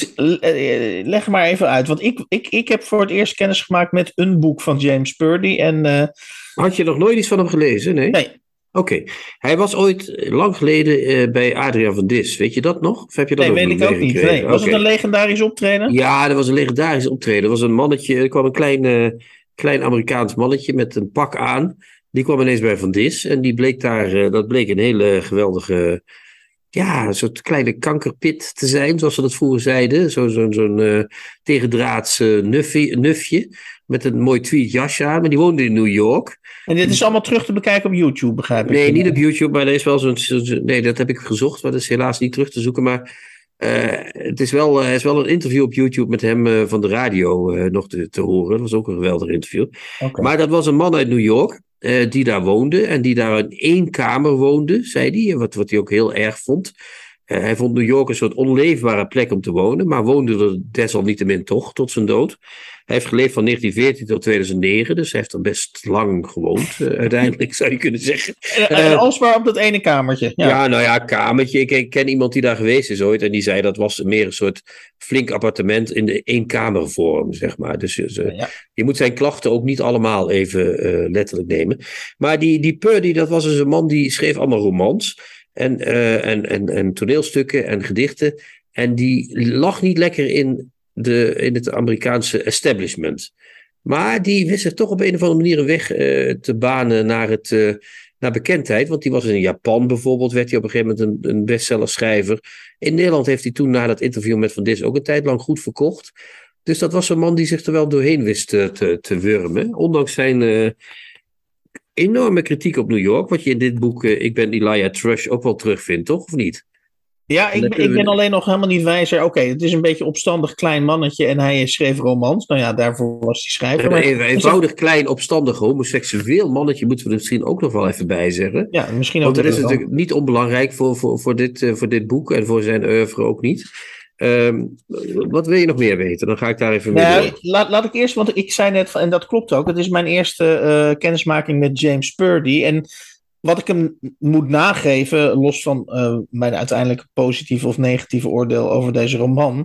Speaker 1: Leg maar even uit, want ik, ik, ik heb voor het eerst kennis gemaakt met een boek van James Purdy. En, uh...
Speaker 2: Had je nog nooit iets van hem gelezen? Nee.
Speaker 1: Nee.
Speaker 2: Oké. Okay. Hij was ooit lang geleden uh, bij Adriaan van Dis. Weet je dat nog? Of heb je dat
Speaker 1: nee,
Speaker 2: ook
Speaker 1: weet ik ook niet. Nee. Was okay. het een legendarisch optreden?
Speaker 2: Ja, dat was een legendarisch optreden. Er was een mannetje, er kwam een klein, uh, klein Amerikaans mannetje met een pak aan. Die kwam ineens bij Van Dis en die bleek daar, uh, dat bleek een hele geweldige, ja, een soort kleine kankerpit te zijn, zoals ze dat vroeger zeiden. Zo, zo, zo'n uh, tegendraads uh, nufje, nufje met een mooi tweed jasje aan, maar die woonde in New York.
Speaker 1: En dit is allemaal terug te bekijken op YouTube, begrijp ik?
Speaker 2: Nee, niet op YouTube, maar er is wel zo'n, zo, nee, dat heb ik gezocht, maar dat is helaas niet terug te zoeken, maar uh, het is wel, uh, is wel een interview op YouTube met hem uh, van de radio uh, nog te, te horen. Dat was ook een geweldig interview. Okay. Maar dat was een man uit New York. Uh, die daar woonde en die daar in één kamer woonde, zei hij, wat, wat hij ook heel erg vond. Uh, hij vond New York een soort onleefbare plek om te wonen, maar woonde er desalniettemin toch tot zijn dood. Hij heeft geleefd van negentien veertien tot tweeduizend negen, dus hij heeft er best lang gewoond, uh, uiteindelijk zou je kunnen zeggen.
Speaker 1: En, en uh, alsmaar op dat ene kamertje. Ja,
Speaker 2: ja nou ja, kamertje. Ik, ik ken iemand die daar geweest is ooit en die zei dat was meer een soort flink appartement in de eenkamervorm, zeg maar. Dus uh, ja. je moet zijn klachten ook niet allemaal even uh, letterlijk nemen. Maar die, die Purdy, dat was dus een man die schreef allemaal romans en, uh, en, en, en toneelstukken en gedichten. En die lag niet lekker in, de, in het Amerikaanse establishment. Maar die wist zich toch op een of andere manier een weg uh, te banen naar, het, uh, naar bekendheid. Want die was in Japan bijvoorbeeld, werd hij op een gegeven moment een, een bestsellerschrijver. In Nederland heeft hij toen na dat interview met Van Dis ook een tijd lang goed verkocht. Dus dat was een man die zich er wel doorheen wist te, te, te wurmen. Ondanks zijn uh, enorme kritiek op New York. Wat je in dit boek, uh, Ik ben Elijah Thrush, ook wel terugvindt, toch? Of niet?
Speaker 1: Ja, ik, ik ben we... alleen nog helemaal niet wijzer. Oké, okay, het is een beetje opstandig klein mannetje en hij schreef romans. Nou ja, daarvoor was hij schrijver.
Speaker 2: Maar... Een eenvoudig klein opstandig homoseksueel mannetje moeten we er misschien ook nog wel even bij zeggen.
Speaker 1: Ja, misschien ook.
Speaker 2: Want dat is natuurlijk niet onbelangrijk voor, voor, voor, dit, uh, voor dit boek en voor zijn oeuvre ook niet. Um, wat wil je nog meer weten? Dan ga ik daar even mee
Speaker 1: nou,
Speaker 2: door.
Speaker 1: Laat, laat ik eerst, want ik zei net, en dat klopt ook. Het is mijn eerste uh, kennismaking met James Purdy. En wat ik hem moet nageven, los van uh, mijn uiteindelijke positieve of negatieve oordeel over deze roman,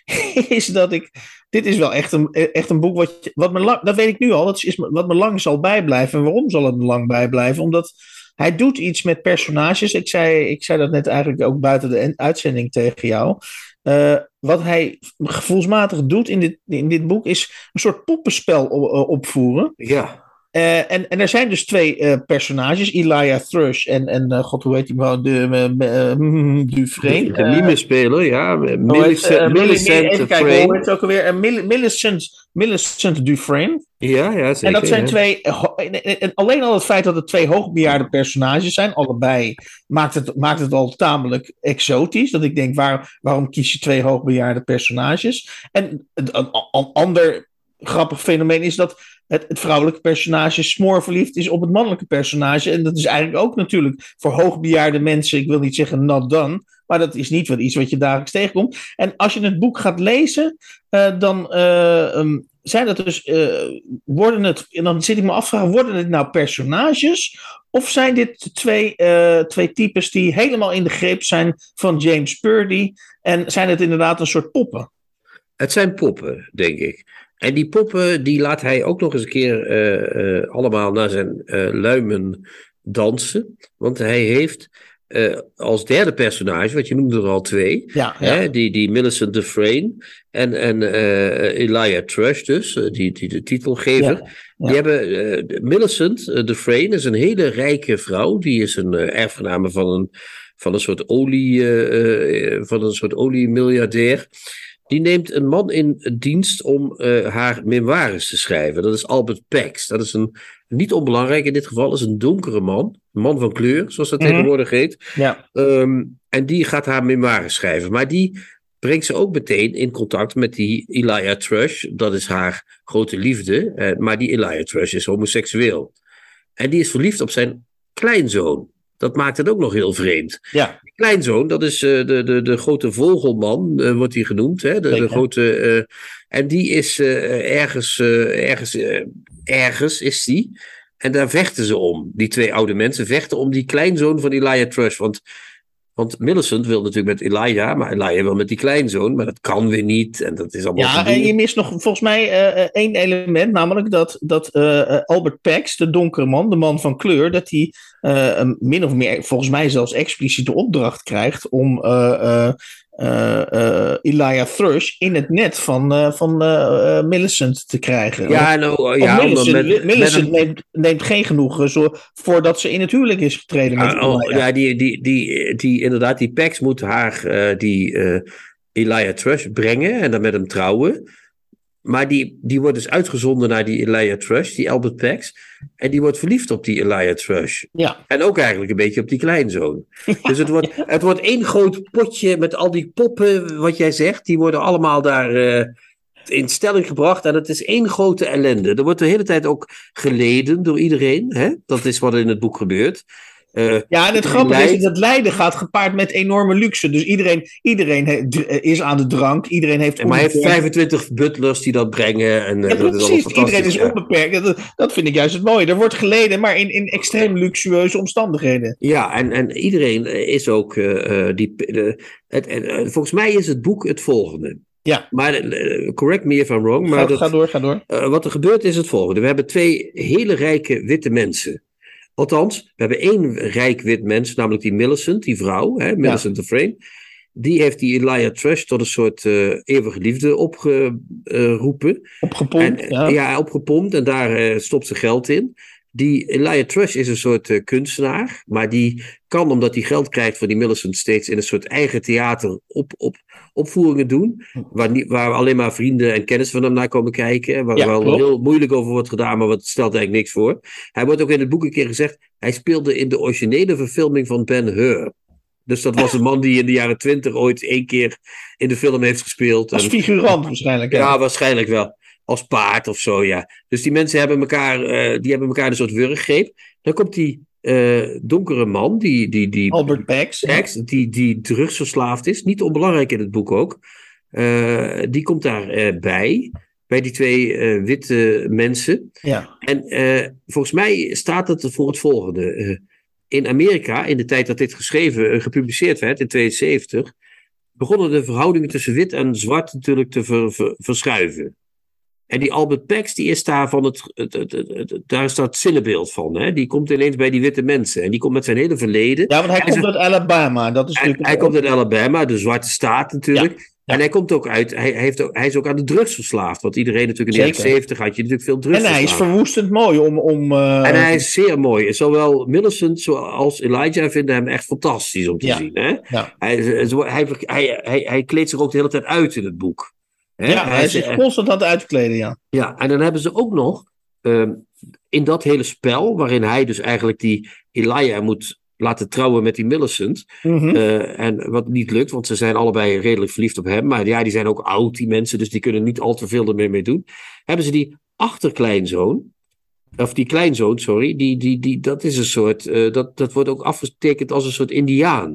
Speaker 1: is dat ik. Dit is wel echt een, echt een boek wat, wat me lang. Dat weet ik nu al. Dat is wat me lang zal bijblijven. En waarom zal het me lang bijblijven? Omdat hij doet iets met personages. Ik zei, ik zei dat net eigenlijk ook buiten de uitzending tegen jou. Uh, wat hij gevoelsmatig doet in dit, in dit boek is een soort poppenspel opvoeren.
Speaker 2: Ja.
Speaker 1: Uh, en, en er zijn dus twee uh, personages, Elijah Thrush en, en uh, god, hoe heet die nou, de, uh, uh, Dufresne.
Speaker 2: De mime-speler, ja.
Speaker 1: Millicent, uh, Millicent Even kijken, hoe heet het ook alweer? Uh, Mill- Millicent, Millicent Dufresne.
Speaker 2: Ja, ja, zeker.
Speaker 1: En dat zijn
Speaker 2: ja.
Speaker 1: twee, en, en, en alleen al het feit dat het twee hoogbejaarde personages zijn, allebei, maakt het, maakt het al tamelijk exotisch. Dat ik denk, waar, waarom kies je twee hoogbejaarde personages? En een, een, een ander grappig fenomeen is dat Het, het vrouwelijke personage smoorverliefd is op het mannelijke personage. En dat is eigenlijk ook natuurlijk voor hoogbejaarde mensen, ik wil niet zeggen not done, maar dat is niet wat iets wat je dagelijks tegenkomt. En als je het boek gaat lezen, uh, dan uh, um, zijn dat dus, uh, worden het, en dan zit ik me af te vragen, worden het nou personages? Of zijn dit twee, uh, twee types die helemaal in de greep zijn van James Purdy? En zijn het inderdaad een soort poppen?
Speaker 2: Het zijn poppen, denk ik. En die poppen, die laat hij ook nog eens een keer uh, uh, allemaal naar zijn uh, luimen dansen. Want hij heeft uh, als derde personage, wat je noemde er al twee,
Speaker 1: ja, ja.
Speaker 2: Hè, die, die Millicent Dufresne en, en uh, Elijah Thrush dus, uh, die, die de titelgever. Ja, ja. Die hebben, uh, Millicent uh, Dufresne is een hele rijke vrouw, die is een uh, erfgename van een, van een soort olie, uh, uh, van een soort oliemiljardair. Die neemt een man in dienst om uh, haar memoires te schrijven. Dat is Albert Pax. Dat is een, niet onbelangrijk in dit geval, is een donkere man. Een man van kleur, zoals dat mm-hmm. tegenwoordig heet.
Speaker 1: Ja.
Speaker 2: Um, en die gaat haar memoires schrijven. Maar die brengt ze ook meteen in contact met die Elijah Thrush. Dat is haar grote liefde. Uh, maar die Elijah Thrush is homoseksueel. En die is verliefd op zijn kleinzoon. Dat maakt het ook nog heel vreemd.
Speaker 1: Ja.
Speaker 2: Kleinzoon, dat is uh, de, de, de grote vogelman, uh, wordt hij genoemd. Hè? De, de grote, uh, en die is uh, ergens, uh, ergens, uh, ergens is die. En daar vechten ze om. Die twee oude mensen vechten om die kleinzoon van Elijah Thrush. Want, want Millicent wil natuurlijk met Elijah, maar Elijah wil met die kleinzoon. Maar dat kan weer niet. En dat is allemaal
Speaker 1: ja, en je mist nog volgens mij uh, één element. Namelijk dat, dat uh, Albert Pax, de donkere man, de man van kleur, dat hij uh, een min of meer, volgens mij zelfs expliciete opdracht krijgt om uh, uh, uh, uh, Elijah Thrush in het net van, uh, van uh, Millicent te krijgen.
Speaker 2: Ja, nou, ja,
Speaker 1: Millicent,
Speaker 2: met,
Speaker 1: Millicent
Speaker 2: met een...
Speaker 1: neemt, neemt geen genoegen zo, voordat ze in het huwelijk is getreden.
Speaker 2: Ja,
Speaker 1: met
Speaker 2: oh, ja die, die, die, die, inderdaad, die Pax moet haar, uh, die uh, Elijah Thrush brengen en dan met hem trouwen. Maar die, die wordt dus uitgezonden naar die Elijah Thrush, die Albert Pax. En die wordt verliefd op die Elijah Thrush.
Speaker 1: Ja.
Speaker 2: En ook eigenlijk een beetje op die kleinzoon. Ja. Dus het wordt, het wordt één groot potje met al die poppen, wat jij zegt. Die worden allemaal daar uh, in stelling gebracht. En het is één grote ellende. Er wordt de hele tijd ook geleden door iedereen. Hè? Dat is wat er in het boek gebeurt. Uh,
Speaker 1: ja, en het grappige is dat lijden gaat gepaard met enorme luxe. Dus iedereen, iedereen he, is aan de drank. Iedereen heeft
Speaker 2: en maar hij heeft vijfentwintig butlers die dat brengen. En,
Speaker 1: ja,
Speaker 2: dat
Speaker 1: precies.
Speaker 2: Is
Speaker 1: iedereen is
Speaker 2: ja.
Speaker 1: onbeperkt. Dat, dat vind ik juist het mooie. Er wordt geleden, maar in, in extreem luxueuze omstandigheden.
Speaker 2: Ja, en, en iedereen is ook... Uh, die, de, het, uh, volgens mij is het boek het volgende.
Speaker 1: Ja.
Speaker 2: Maar uh, correct me if I'm wrong. Maar
Speaker 1: ga,
Speaker 2: dat,
Speaker 1: ga door, ga door.
Speaker 2: Uh, wat er gebeurt is het volgende. We hebben twee hele rijke witte mensen. Althans, we hebben één rijk wit mens, namelijk die Millicent, die vrouw, hè, Millicent ja. Dufresne. Die heeft die Elijah Thrush tot een soort uh, eeuwige liefde opgeroepen. Uh,
Speaker 1: opgepompt,
Speaker 2: en,
Speaker 1: ja.
Speaker 2: Ja, opgepompt en daar uh, stopt ze geld in. Die Elijah Thrush is een soort uh, kunstenaar, maar die kan, omdat hij geld krijgt van die Millicent, steeds in een soort eigen theater op, op, opvoeringen doen, waar, niet, waar alleen maar vrienden en kennis van hem naar komen kijken, waar ja, wel klopt. heel moeilijk over wordt gedaan, maar wat stelt eigenlijk niks voor. Hij wordt ook in het boek een keer gezegd, hij speelde in de originele verfilming van Ben-Hur. Dus dat was een man die in de jaren twintig ooit één keer in de film heeft gespeeld.
Speaker 1: Als figurant waarschijnlijk.
Speaker 2: Ja. ja, waarschijnlijk wel. Als paard of zo, ja. Dus die mensen hebben elkaar, uh, die hebben elkaar een soort wurggreep. Dan komt die uh, donkere man, die, die, die,
Speaker 1: Albert Pax,
Speaker 2: Pax die, die drugsverslaafd is. Niet onbelangrijk in het boek ook. Uh, die komt daar uh, bij. Bij die twee uh, witte mensen.
Speaker 1: Ja.
Speaker 2: En uh, volgens mij staat het voor het volgende. Uh, in Amerika, in de tijd dat dit geschreven, uh, gepubliceerd werd, in tweeënzeventig, begonnen de verhoudingen tussen wit en zwart natuurlijk te ver, ver, verschuiven. En die Albert Pax, die is daar van het, het, het, het, het, daar is dat zinnebeeld van. Hè? Die komt ineens bij die witte mensen. En die komt met zijn hele verleden.
Speaker 1: Ja, want hij, hij komt uit Alabama. Dat is
Speaker 2: hij hij komt uit Alabama, de zwarte staat natuurlijk.
Speaker 1: Ja.
Speaker 2: Ja. En hij komt ook uit, hij, heeft ook, hij is ook aan de drugs verslaafd. Want iedereen natuurlijk in de jaren zeventig had je natuurlijk veel drugs.
Speaker 1: En hij is verwoestend mooi om... om uh...
Speaker 2: En hij is zeer mooi. Zowel Millicent als Elijah vinden hem echt fantastisch om te
Speaker 1: ja.
Speaker 2: zien. Hè?
Speaker 1: Ja.
Speaker 2: Hij, hij, hij, hij, hij kleedt zich ook de hele tijd uit in het boek.
Speaker 1: Hè? Ja, hij, hij is zich constant aan het uitkleden, ja.
Speaker 2: Ja, en dan hebben ze ook nog um, in dat hele spel, waarin hij dus eigenlijk die Elijah moet laten trouwen met die Millicent.
Speaker 1: Mm-hmm.
Speaker 2: Uh, en wat niet lukt, want ze zijn allebei redelijk verliefd op hem. Maar ja, die zijn ook oud, die mensen, dus die kunnen niet al te veel ermee mee doen. Hebben ze die achterkleinzoon, of die kleinzoon, sorry, die, die, die, dat is een soort, uh, dat, dat wordt ook afgetekend als een soort Indiaan.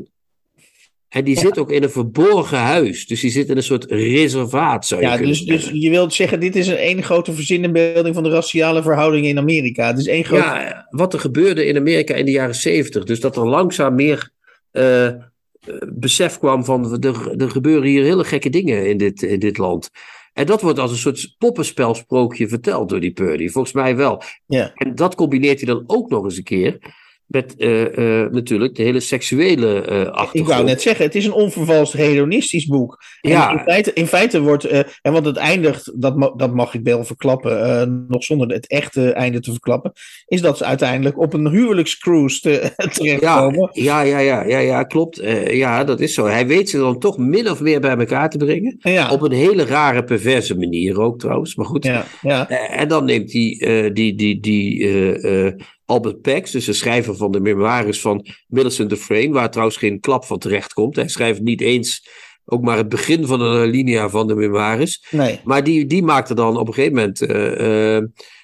Speaker 2: En die ja. zit ook in een verborgen huis. Dus die zit in een soort reservaat, zou je
Speaker 1: ja,
Speaker 2: kunnen
Speaker 1: dus,
Speaker 2: zeggen.
Speaker 1: Dus je wilt zeggen, dit is een één grote verzinnenbeelding van de raciale verhoudingen in Amerika. Het is één grote...
Speaker 2: Ja, wat er gebeurde in Amerika in de jaren zeventig. Dus dat er langzaam meer uh, besef kwam van, er, er gebeuren hier hele gekke dingen in dit, in dit land. En dat wordt als een soort poppenspelsprookje verteld door die Purdy. Volgens mij wel.
Speaker 1: Ja.
Speaker 2: En dat combineert hij dan ook nog eens een keer met uh, uh, natuurlijk de hele seksuele uh, achtergrond.
Speaker 1: Ik wou net zeggen, het is een onvervalst hedonistisch boek.
Speaker 2: Ja.
Speaker 1: En in feite, in feite wordt, uh, en want het eindigt, dat, ma- dat mag ik wel verklappen, uh, nog zonder het echte einde te verklappen, is dat ze uiteindelijk op een huwelijkscruise te, terechtkomen.
Speaker 2: Ja, ja, ja, ja, ja, klopt. Uh, ja, dat is zo. Hij weet ze dan toch min of meer bij elkaar te brengen.
Speaker 1: Ja.
Speaker 2: Op een hele rare, perverse manier ook trouwens. Maar goed.
Speaker 1: Ja, ja.
Speaker 2: Uh, en dan neemt hij uh, die, die, die uh, uh, Albert Pax, dus de schrijver van de memoires van Millicent Dufresne, waar trouwens geen klap van terecht komt. Hij schrijft niet eens ook maar het begin van de alinea van de memoires.
Speaker 1: Nee.
Speaker 2: Maar die, die maakte dan op een gegeven moment, uh, uh,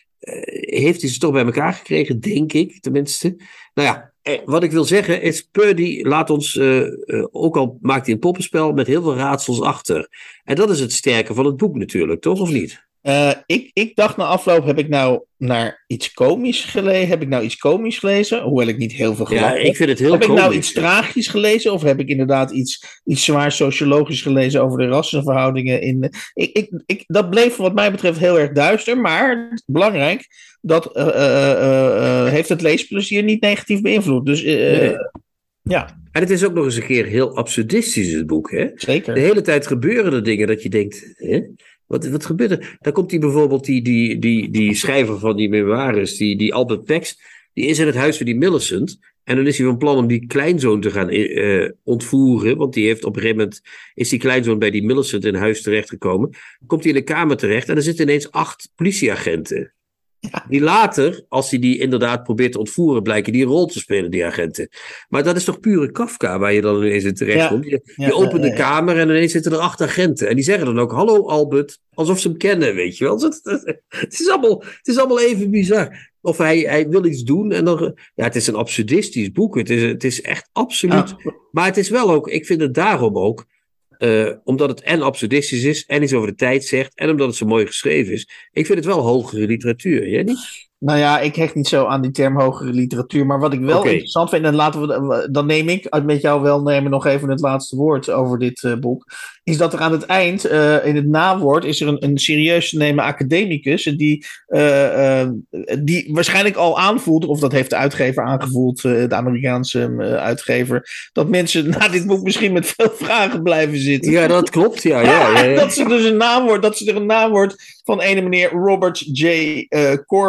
Speaker 2: heeft hij ze toch bij elkaar gekregen, denk ik tenminste. Nou ja, wat ik wil zeggen is, Purdy laat ons, uh, uh, ook al maakt hij een poppenspel, met heel veel raadsels achter. En dat is het sterke van het boek natuurlijk, toch of niet?
Speaker 1: Uh, ik, ik dacht na afloop, heb ik nou naar iets komisch gelezen? Heb ik nou iets komisch gelezen? Hoewel ik niet heel veel gelachen
Speaker 2: heb. Ja, ik vind het heel
Speaker 1: Heb
Speaker 2: komisch.
Speaker 1: ik nou iets tragisch gelezen? Of heb ik inderdaad iets, iets zwaar sociologisch gelezen over de rassenverhoudingen in... Ik, ik, ik, dat bleef wat mij betreft heel erg duister, maar belangrijk, dat uh, uh, uh, uh, heeft het leesplezier niet negatief beïnvloed. Dus uh,
Speaker 2: nee.
Speaker 1: ja...
Speaker 2: En het is ook nog eens een keer heel absurdistisch, het boek. Hè?
Speaker 1: Zeker.
Speaker 2: De hele tijd gebeuren er dingen dat je denkt... Hè? Wat, wat gebeurt er? Dan komt die bijvoorbeeld, die, die, die, die schrijver van die memoires, die, die Albert Pax, die is in het huis van die Millicent. En dan is hij van plan om die kleinzoon te gaan uh, ontvoeren. Want die heeft op een gegeven moment, is die kleinzoon bij die Millicent in huis terechtgekomen. Komt hij in de kamer terecht en er zitten ineens acht politieagenten. Ja. Die later, als hij die inderdaad probeert te ontvoeren, blijken die een rol te spelen, die agenten. Maar dat is toch pure Kafka waar je dan ineens in terecht komt. Ja. Je, je ja, opent de ja, ja. kamer en ineens zitten er acht agenten. En die zeggen dan ook, hallo Albert, alsof ze hem kennen, weet je wel. Het is allemaal, het is allemaal even bizar. Of hij, hij wil iets doen en dan... Ja, het is een absurdistisch boek. Het is, het is echt absoluut... Ja. Maar het is wel ook, ik vind het daarom ook, Uh, omdat het en absurdistisch is en iets over de tijd zegt en omdat het zo mooi geschreven is. Ik vind het wel hogere literatuur, jij niet?
Speaker 1: Nou ja, ik hecht niet zo aan die term hogere literatuur, maar wat ik wel okay. interessant vind, en laten we, dan neem ik met jouw welnemen nog even het laatste woord over dit uh, boek, is dat er aan het eind, uh, in het nawoord, is er een, een serieus te nemen academicus die, uh, uh, die waarschijnlijk al aanvoelt, of dat heeft de uitgever aangevoeld, uh, de Amerikaanse uh, uitgever, dat mensen na dit boek misschien met veel vragen blijven zitten.
Speaker 2: Ja, dat klopt, ja. ja, ja, ja.
Speaker 1: dat ze dus een naamwoord, dat ze er een naamwoord van ene meneer Robert J. Uh, Korber, uh,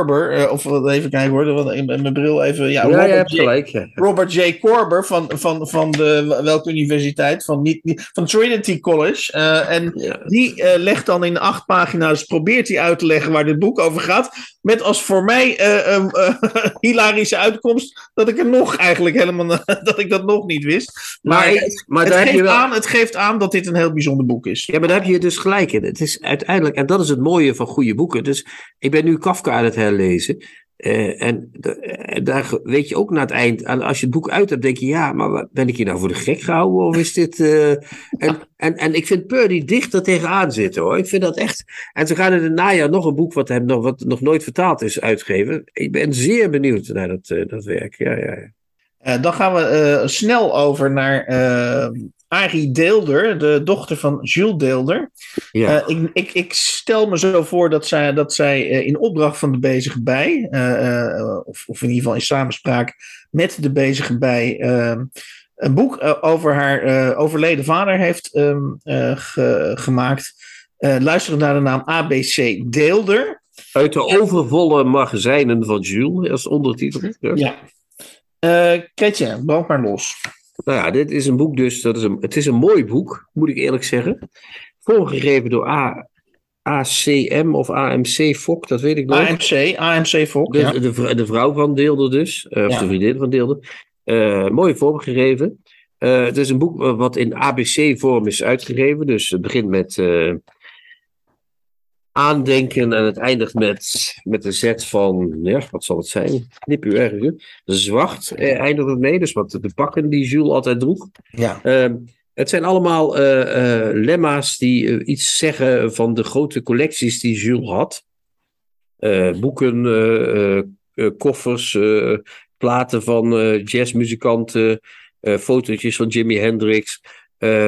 Speaker 1: uh, of even kijken hoor, want in mijn bril even. Ja,
Speaker 2: ja,
Speaker 1: Robert,
Speaker 2: je hebt
Speaker 1: J,
Speaker 2: gelijk. Ja.
Speaker 1: Robert J. Korber van, van, van de welke universiteit? Van, niet, niet, van Trinity College. Uh, en ja. die uh, legt dan in acht pagina's, probeert hij uit te leggen waar dit boek over gaat. Met als voor mij uh, uh, uh, hilarische uitkomst dat ik er nog eigenlijk helemaal dat ik dat nog niet wist. Maar, maar, het, maar het, geeft wel... aan, het geeft aan dat dit een heel bijzonder boek is.
Speaker 2: Ja, maar daar heb je dus gelijk in. Het is uiteindelijk, en dat is het mooie van goede boeken. Dus ik ben nu Kafka aan het herlezen. Uh, en uh, daar weet je ook na het eind, en als je het boek uit hebt, denk je, ja, maar ben ik hier nou voor de gek gehouden? Of is dit. Uh, en, en, en ik vind Purdy dichter tegenaan zitten hoor. Ik vind dat echt. En ze gaan in het najaar nog een boek wat hem nog, wat nog nooit vertaald is uitgeven. Ik ben zeer benieuwd naar dat, uh, dat werk. Ja, ja, ja.
Speaker 1: Uh, dan gaan we uh, snel over naar uh, Arie Deelder, de dochter van Jules Deelder. Ja. Uh, ik, ik, ik stel me zo voor dat zij, dat zij uh, in opdracht van de bezige bij, uh, uh, of, of in ieder geval in samenspraak met de bezige bij, uh, een boek uh, over haar uh, overleden vader heeft um, uh, ge, gemaakt. Uh, luisteren naar de naam A B C Deelder.
Speaker 2: Uit de overvolle magazijnen van Jules, als ondertitel. Ja.
Speaker 1: ja. Uh, Kretje, brand maar los.
Speaker 2: Nou ja, dit is een boek dus, dat is een, het is een mooi boek, moet ik eerlijk zeggen. Vormgegeven door A, A C M of A M C Fok, dat weet ik nog.
Speaker 1: A M C, A M C Fok,
Speaker 2: de,
Speaker 1: ja.
Speaker 2: de, de vrouw van Deelder dus, uh, of ja. de vriendin van Deelder. Uh, mooi vormgegeven. Uh, het is een boek wat in A B C-vorm is uitgegeven, dus het begint met... Uh, aandenken en het eindigt met, met een zet van, ja, wat zal het zijn? Knip u ergens. Zwart eh, eindigt het mee, dus wat de pakken die Jules altijd droeg.
Speaker 1: Ja.
Speaker 2: Uh, het zijn allemaal uh, uh, lemma's die uh, iets zeggen van de grote collecties die Jules had. Uh, boeken, uh, uh, koffers, uh, platen van uh, jazzmuzikanten, uh, fotootjes van Jimi Hendrix. Uh,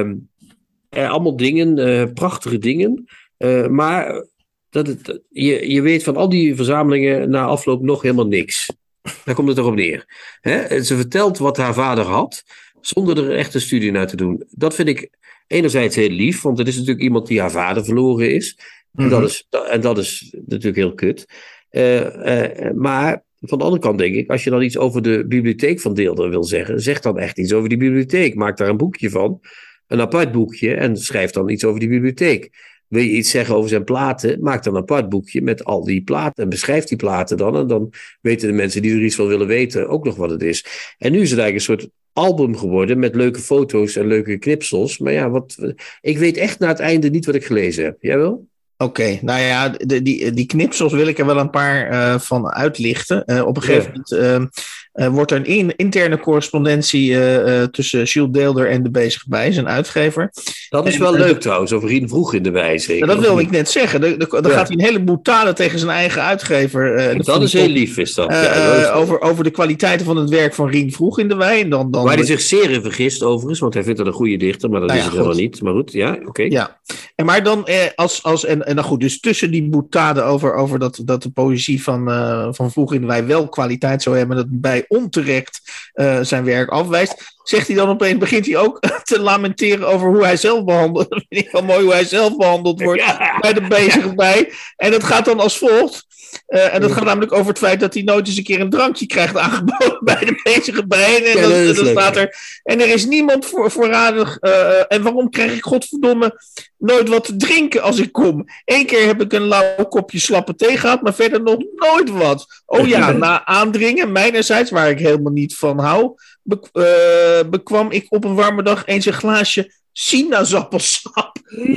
Speaker 2: uh, allemaal dingen, uh, prachtige dingen. Uh, maar dat het, je, je weet van al die verzamelingen na afloop nog helemaal niks. Daar komt het erop neer. Hè? Ze vertelt wat haar vader had, zonder er echt een studie naar te doen. Dat vind ik enerzijds heel lief, want het is natuurlijk iemand die haar vader verloren is. Mm-hmm. En, dat is en dat is natuurlijk heel kut. Uh, uh, maar van de andere kant denk ik, als je dan iets over de bibliotheek van Deelder wil zeggen, zeg dan echt iets over die bibliotheek. Maak daar een boekje van, een apart boekje, en schrijf dan iets over die bibliotheek. Wil je iets zeggen over zijn platen, maak dan een apart boekje met al die platen en beschrijf die platen dan. En dan weten de mensen die er iets van willen weten ook nog wat het is. En nu is het eigenlijk een soort album geworden met leuke foto's en leuke knipsels. Maar ja, wat, ik weet echt na het einde niet wat ik gelezen heb. Jij wel?
Speaker 1: Oké, okay, nou ja, de, die, die knipsels wil ik er wel een paar uh, van uitlichten. Uh, op een gegeven ja. moment uh, uh, wordt er een in, interne correspondentie uh, uh, tussen Jules Deelder en de bezige bij, zijn uitgever.
Speaker 2: Dat is en, wel uh, leuk uh, trouwens, over Rien Vroeg in de wijze.
Speaker 1: Ja, dat wil ik net zeggen. Dan ja. gaat hij een heleboel talen tegen zijn eigen uitgever. Uh,
Speaker 2: dat is heel lief, is dat.
Speaker 1: Uh, ja, dat is over, over de kwaliteiten van het werk van Rien Vroeg in de wei. En dan, dan
Speaker 2: Waar hij zich zeer in vergist overigens, want hij vindt dat een goede dichter, maar dat nou is ja, het helemaal niet. Maar goed, ja, oké. Okay.
Speaker 1: Ja, en maar dan eh, als... als en, en nou goed, dus tussen die boetaden over, over dat, dat de poëzie van, uh, van Vroeg in de Wei wel kwaliteit zou hebben, dat bij onterecht uh, zijn werk afwijst, zegt hij dan opeens, begint hij ook te lamenteren over hoe hij zelf behandeld, dat vind ik wel mooi hoe hij zelf behandeld wordt ja. bij de bezige bij. En dat gaat dan als volgt. Uh, en dat gaat namelijk over het feit dat hij nooit eens een keer een drankje krijgt aangeboden bij de bezige bij. En, ja, dan, dan staat er, en er is niemand voor, voorradig. Uh, en waarom krijg ik godverdomme nooit wat te drinken als ik kom? Eén keer heb ik een lauw kopje slappe thee gehad, maar verder nog nooit wat. Oh ja, na aandringen mijnerzijds, waar ik helemaal niet van hou, be- uh, bekwam ik op een warme dag eens een glaasje sinaasappelsap.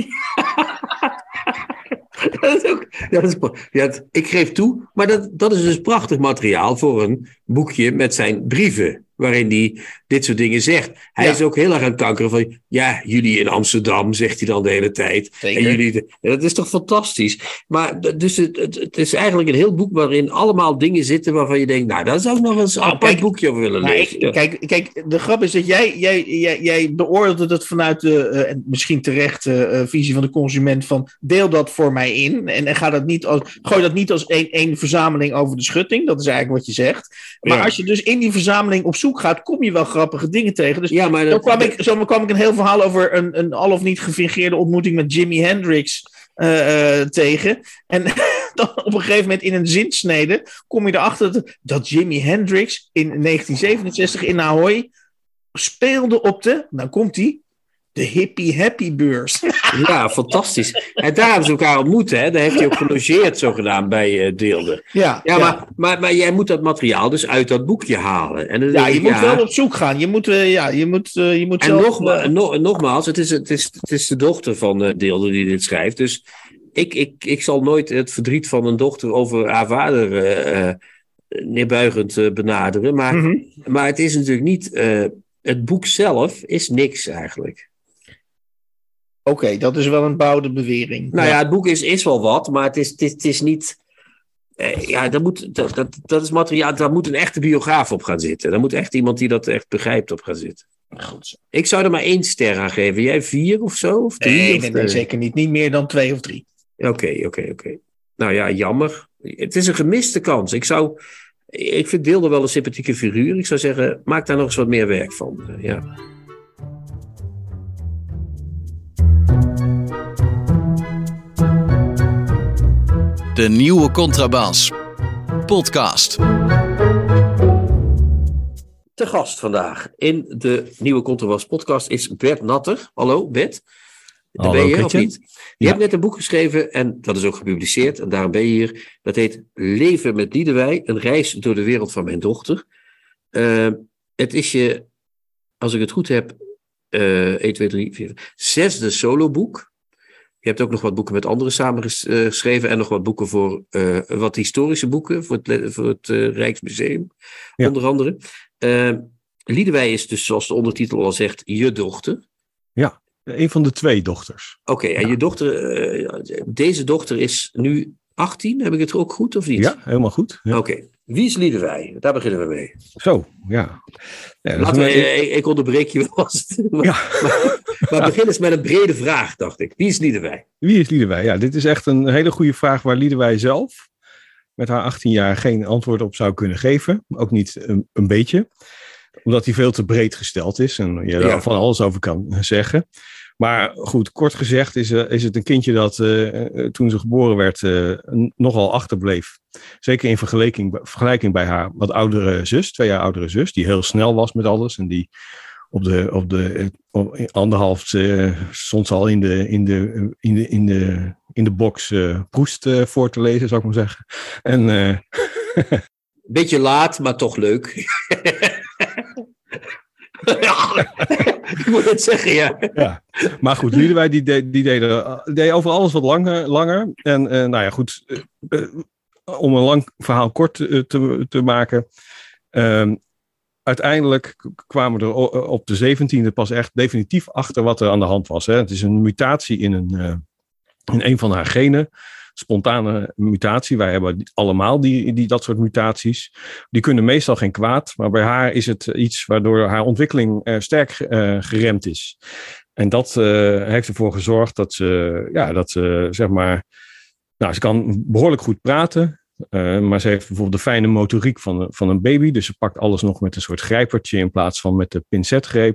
Speaker 2: Dat is ook, dat is, ja, ik geef toe, maar dat, dat is dus prachtig materiaal voor een boekje met zijn brieven, waarin hij dit soort dingen zegt. Hij ja. is ook heel erg aan het kankeren van, ja, jullie in Amsterdam, zegt hij dan de hele tijd.
Speaker 1: Zeker.
Speaker 2: En jullie, ja, dat is toch fantastisch. Maar dus het, het, het is eigenlijk een heel boek waarin allemaal dingen zitten waarvan je denkt, nou, daar zou ik nog eens een oh, apart boekje over willen
Speaker 1: nou,
Speaker 2: lezen.
Speaker 1: Ik, ja. kijk, kijk, de grap is dat jij, jij, jij, jij beoordeelt het vanuit de, uh, misschien terecht, uh, visie van de consument van, deel dat voor mij in en, en ga dat niet als, gooi dat niet als één, één verzameling over de schutting. Dat is eigenlijk wat je zegt. Maar ja. als je dus in die verzameling op zoek gaat, kom je wel grappige dingen tegen. Dus ja, maar dat, zo, kwam ik, zo kwam ik een heel verhaal over een, een al of niet gefingeerde ontmoeting met Jimi Hendrix uh, uh, tegen. En dan op een gegeven moment in een zinsnede kom je erachter dat, dat Jimi Hendrix in negentien zevenenzestig in Ahoy speelde op de, nou komt die, de Hippie Happy Beurs.
Speaker 2: Ja, fantastisch. En daar hebben ze elkaar ontmoet, hè? Daar heeft hij ook gelogeerd, zogenaamd, bij uh, Deelde.
Speaker 1: Ja,
Speaker 2: ja,
Speaker 1: ja.
Speaker 2: Maar, maar, maar jij moet dat materiaal dus uit dat boekje halen. En dan
Speaker 1: ja, je
Speaker 2: ik,
Speaker 1: moet
Speaker 2: ja,
Speaker 1: wel op zoek gaan. Je moet, uh, ja, je moet, uh, je moet
Speaker 2: en
Speaker 1: zelf...
Speaker 2: nogma-
Speaker 1: uh,
Speaker 2: no- nogmaals, het is, het, is, het is de dochter van uh, Deelde die dit schrijft. Dus ik, ik, ik zal nooit het verdriet van een dochter over haar vader uh, uh, neerbuigend uh, benaderen. Maar,
Speaker 1: mm-hmm.
Speaker 2: maar het is natuurlijk niet... Uh, het boek zelf is niks eigenlijk.
Speaker 1: Oké, okay, dat is wel een bouwde bewering.
Speaker 2: Nou
Speaker 1: ja,
Speaker 2: ja, het boek is, is wel wat, maar het is, het is, het is niet... Eh, ja, dat, moet, dat, dat, dat is materiaal, daar moet een echte biograaf op gaan zitten. Daar moet echt iemand die dat echt begrijpt op gaan zitten.
Speaker 1: Goed.
Speaker 2: Ik zou er maar één ster aan geven. Jij vier of zo? Of drie?
Speaker 1: Nee,
Speaker 2: of
Speaker 1: nee, nee, zeker niet. Niet meer dan twee of drie.
Speaker 2: Oké, oké, oké. Nou ja, jammer. Het is een gemiste kans. Ik zou... Ik vind Deelde wel een sympathieke figuur. Ik zou zeggen, maak daar nog eens wat meer werk van. Uh, ja.
Speaker 3: De Nieuwe Contrabas. Podcast.
Speaker 2: Te gast vandaag in de Nieuwe Contrabas podcast is Bert Natter. Hallo Bert. Daar
Speaker 4: Hallo,
Speaker 2: ben je
Speaker 4: Christian.
Speaker 2: of niet? Je
Speaker 4: Ja.
Speaker 2: hebt net een boek geschreven en dat is ook gepubliceerd en daarom ben je hier. Dat heet Leven met Liedewij, een reis door de wereld van mijn dochter. Uh, het is je, als ik het goed heb, uh, één, twee, drie, vier, zesde soloboek. Je hebt ook nog wat boeken met anderen samengeschreven en nog wat boeken voor, uh, wat historische boeken voor het, voor het uh, Rijksmuseum,
Speaker 4: Ja.
Speaker 2: onder andere. Uh, Liedewij is dus, zoals de ondertitel al zegt, je dochter.
Speaker 4: Ja, een van de twee dochters.
Speaker 2: Oké, okay, en
Speaker 4: ja.
Speaker 2: je dochter, uh, deze dochter is nu achttien, heb ik het ook goed of niet?
Speaker 4: Ja, helemaal goed. Ja.
Speaker 2: Oké, okay. Wie is Liedewij? Daar beginnen we mee.
Speaker 4: Zo, ja. ja
Speaker 2: Laten we, een... ik, ik onderbreek je wel. Maar,
Speaker 4: ja.
Speaker 2: maar, maar begin eens met een brede vraag, dacht ik. Wie is Liedewij?
Speaker 4: Wie is Liedewij? Ja, dit is echt een hele goede vraag waar Liedewij zelf met haar achttien jaar geen antwoord op zou kunnen geven. Ook niet een, een beetje. Omdat hij veel te breed gesteld is en je er ja. van alles over kan zeggen. Maar goed, kort gezegd is, uh, is het een kindje dat uh, toen ze geboren werd uh, nogal achterbleef. Zeker in vergelijking, vergelijking bij haar wat oudere zus, twee jaar oudere zus, die heel snel was met alles. En die op de, op de op anderhalf uh, stond ze al in de, in de, in de, in de, in de box uh, Proest uh, voor te lezen, zou ik maar zeggen. En, uh,
Speaker 2: beetje laat, maar toch leuk. Ja, ik moet het zeggen, ja.
Speaker 4: ja. Maar goed, Liedewij die deed, die deed, deed over alles wat langer. langer. En uh, nou ja, goed, uh, uh, om een lang verhaal kort uh, te, te maken. Uh, uiteindelijk kwamen we er op de zeventiende pas echt definitief achter wat er aan de hand was. Hè. Het is een mutatie in een, uh, in een van haar genen. Spontane mutatie. Wij hebben allemaal die, die, dat soort mutaties. Die kunnen meestal geen kwaad. Maar bij haar is het iets waardoor haar ontwikkeling uh, sterk uh, geremd is. En dat uh, heeft ervoor gezorgd dat ze, ja, dat ze, zeg maar... Nou, ze kan behoorlijk goed praten. Uh, maar ze heeft bijvoorbeeld de fijne motoriek van, van een baby. Dus ze pakt alles nog met een soort grijpertje in plaats van met de pincetgreep.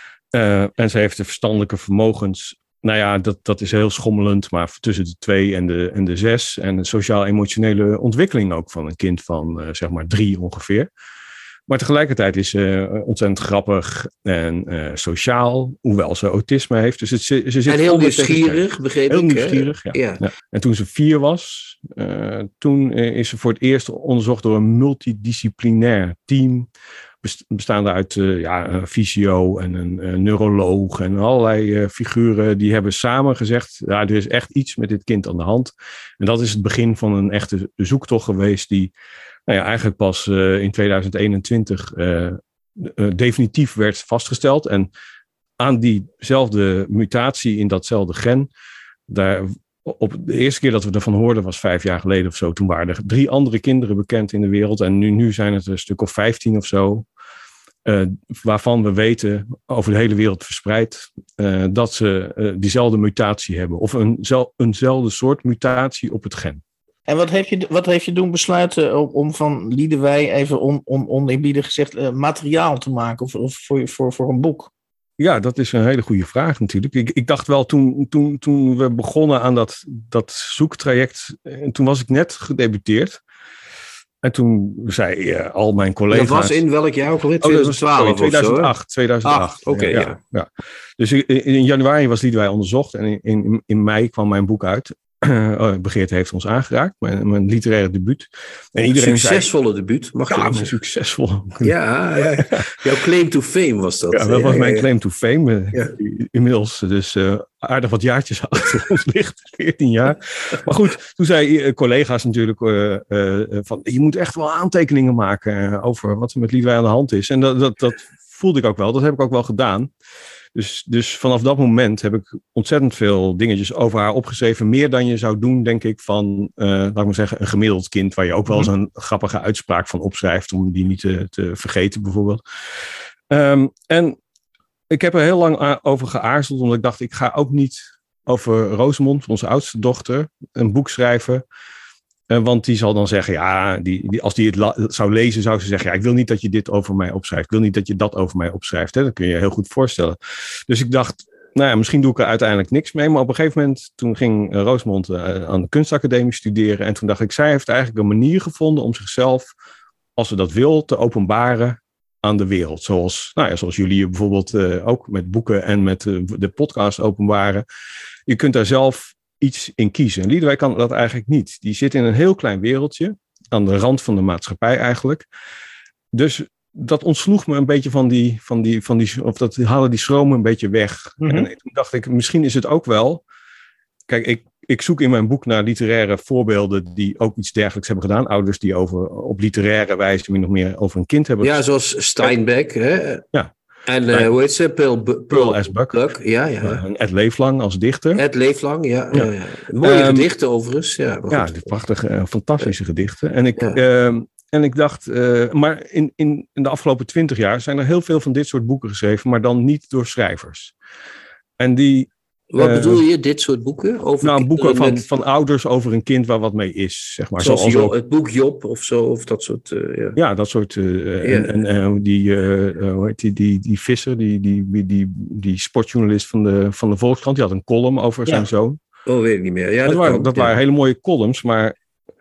Speaker 4: Uh, en ze heeft de verstandelijke vermogens... Nou ja, dat, dat is heel schommelend, maar tussen de twee en de, en de zes. En de sociaal-emotionele ontwikkeling ook van een kind van, uh, zeg maar, drie ongeveer. Maar tegelijkertijd is ze uh, ontzettend grappig en uh, sociaal, hoewel ze autisme heeft. Dus het, ze, ze zit
Speaker 2: en heel nieuwsgierig, begreep
Speaker 4: heel
Speaker 2: ik.
Speaker 4: Heel nieuwsgierig, ja.
Speaker 2: Ja.
Speaker 4: Ja. En toen ze vier was, uh, toen uh, is ze voor het eerst onderzocht door een multidisciplinair team... bestaande uit uh, ja, een fysio en een uh, neuroloog en allerlei uh, figuren. Die hebben samen gezegd, ja, er is echt iets met dit kind aan de hand. En dat is het begin van een echte zoektocht geweest die nou ja, eigenlijk pas uh, in tweeduizend eenentwintig uh, uh, definitief werd vastgesteld. En aan diezelfde mutatie in datzelfde gen, daar... Op de eerste keer dat we ervan hoorden was vijf jaar geleden of zo. Toen waren er drie andere kinderen bekend in de wereld. En nu, nu zijn het een stuk of vijftien of zo. Uh, waarvan we weten, over de hele wereld verspreid, uh, dat ze uh, diezelfde mutatie hebben. Of een, zel, eenzelfde soort mutatie op het gen.
Speaker 1: En wat heeft je, wat heeft je doen besluiten om, om van Liedewij even on, on, oneerbiedig gezegd uh, materiaal te maken? Of, of voor, voor, voor een boek?
Speaker 4: Ja, dat is een hele goede vraag natuurlijk. Ik, ik dacht wel toen, toen, toen we begonnen aan dat, dat zoektraject, en toen was ik net gedebuteerd. En toen zei uh, al mijn collega's...
Speaker 2: Dat was in welk jaar ook alweer?
Speaker 4: twintig twaalf
Speaker 2: Oh,
Speaker 4: tweeduizend acht. tweeduizend acht.
Speaker 2: Oké, okay,
Speaker 4: ja,
Speaker 2: ja.
Speaker 4: ja. Dus in, in januari was Liedewij onderzocht en in, in, in mei kwam mijn boek uit. Uh, Begeerte heeft ons aangeraakt, mijn, mijn literaire debuut. En iedereen
Speaker 2: succesvolle
Speaker 4: zei,
Speaker 2: debuut, mag je
Speaker 4: ja,
Speaker 2: wel
Speaker 4: zeggen. Succesvol.
Speaker 2: Ja, ja, jouw claim to fame was dat.
Speaker 4: Ja, dat was
Speaker 2: ja,
Speaker 4: mijn
Speaker 2: ja.
Speaker 4: claim to fame. Ja. Inmiddels dus uh, aardig wat jaartjes achter ons ligt, veertien jaar. Maar goed, toen zei uh, collega's natuurlijk uh, uh, van, je moet echt wel aantekeningen maken uh, over wat er met Liedewij aan de hand is. En dat, dat, dat voelde ik ook wel, dat heb ik ook wel gedaan. Dus, dus vanaf dat moment heb ik ontzettend veel dingetjes over haar opgeschreven. Meer dan je zou doen, denk ik, van, uh, laat ik maar zeggen, een gemiddeld kind. Waar je ook wel eens een grappige uitspraak van opschrijft. Om die niet te, te vergeten, bijvoorbeeld. Um, en ik heb er heel lang a- over geaarzeld. Omdat ik dacht, ik ga ook niet over Rosemond, onze oudste dochter, een boek schrijven. Uh, want die zal dan zeggen, ja, die, die, als die het la- zou lezen, zou ze zeggen, ja, ik wil niet dat je dit over mij opschrijft. Ik wil niet dat je dat over mij opschrijft. Hè? Dat kun je je heel goed voorstellen. Dus ik dacht, nou ja, misschien doe ik er uiteindelijk niks mee. Maar op een gegeven moment, toen ging uh, Rosemond uh, aan de kunstacademie studeren. En toen dacht ik, zij heeft eigenlijk een manier gevonden om zichzelf, als ze dat wil, te openbaren aan de wereld. Zoals, nou ja, zoals jullie bijvoorbeeld uh, ook met boeken en met uh, de podcast openbaren. Je kunt daar zelf iets in kiezen. En Liedewij kan dat eigenlijk niet. Die zit in een heel klein wereldje, aan de rand van de maatschappij eigenlijk. Dus dat ontsloeg me een beetje van die, van die, van die of dat haalde die stroom een beetje weg. Mm-hmm. En toen dacht ik, misschien is het ook wel. Kijk, ik, ik zoek in mijn boek naar literaire voorbeelden die ook iets dergelijks hebben gedaan. Ouders die over, op literaire wijze min of meer over een kind hebben.
Speaker 2: Ja, zoals Steinbeck, hè?
Speaker 4: Ja.
Speaker 2: En uh, hoe heet ze? Pearl, Pearl,
Speaker 4: Pearl S. Buck.
Speaker 2: Buck. Ja, ja.
Speaker 4: Uh, en Ed Leeflang als dichter.
Speaker 2: Ed Leeflang, ja. ja. ja, ja. Mooie um, gedichten overigens. Ja,
Speaker 4: ja die prachtige, uh, fantastische ja. gedichten. En ik, ja. uh, en ik dacht, uh, maar in, in, in de afgelopen twintig jaar zijn er heel veel van dit soort boeken geschreven, maar dan niet door schrijvers. En die...
Speaker 2: Wat uh, bedoel je, dit soort boeken?
Speaker 4: Over nou, boeken van, met... van ouders over een kind waar wat mee is, zeg maar.
Speaker 2: Zoals, Zoals Job, het boek Job of zo, of dat soort... Uh, ja.
Speaker 4: ja, dat soort... Uh, ja. En, en uh, die, uh, hoe heet die, die, die visser, die, die, die, die, die sportjournalist van de, van de Volkskrant, die had een column over ja. zijn zoon.
Speaker 2: Oh, weet ik niet meer. Ja,
Speaker 4: dat
Speaker 2: dat
Speaker 4: waren,
Speaker 2: kan,
Speaker 4: dat
Speaker 2: ja.
Speaker 4: waren hele mooie columns, maar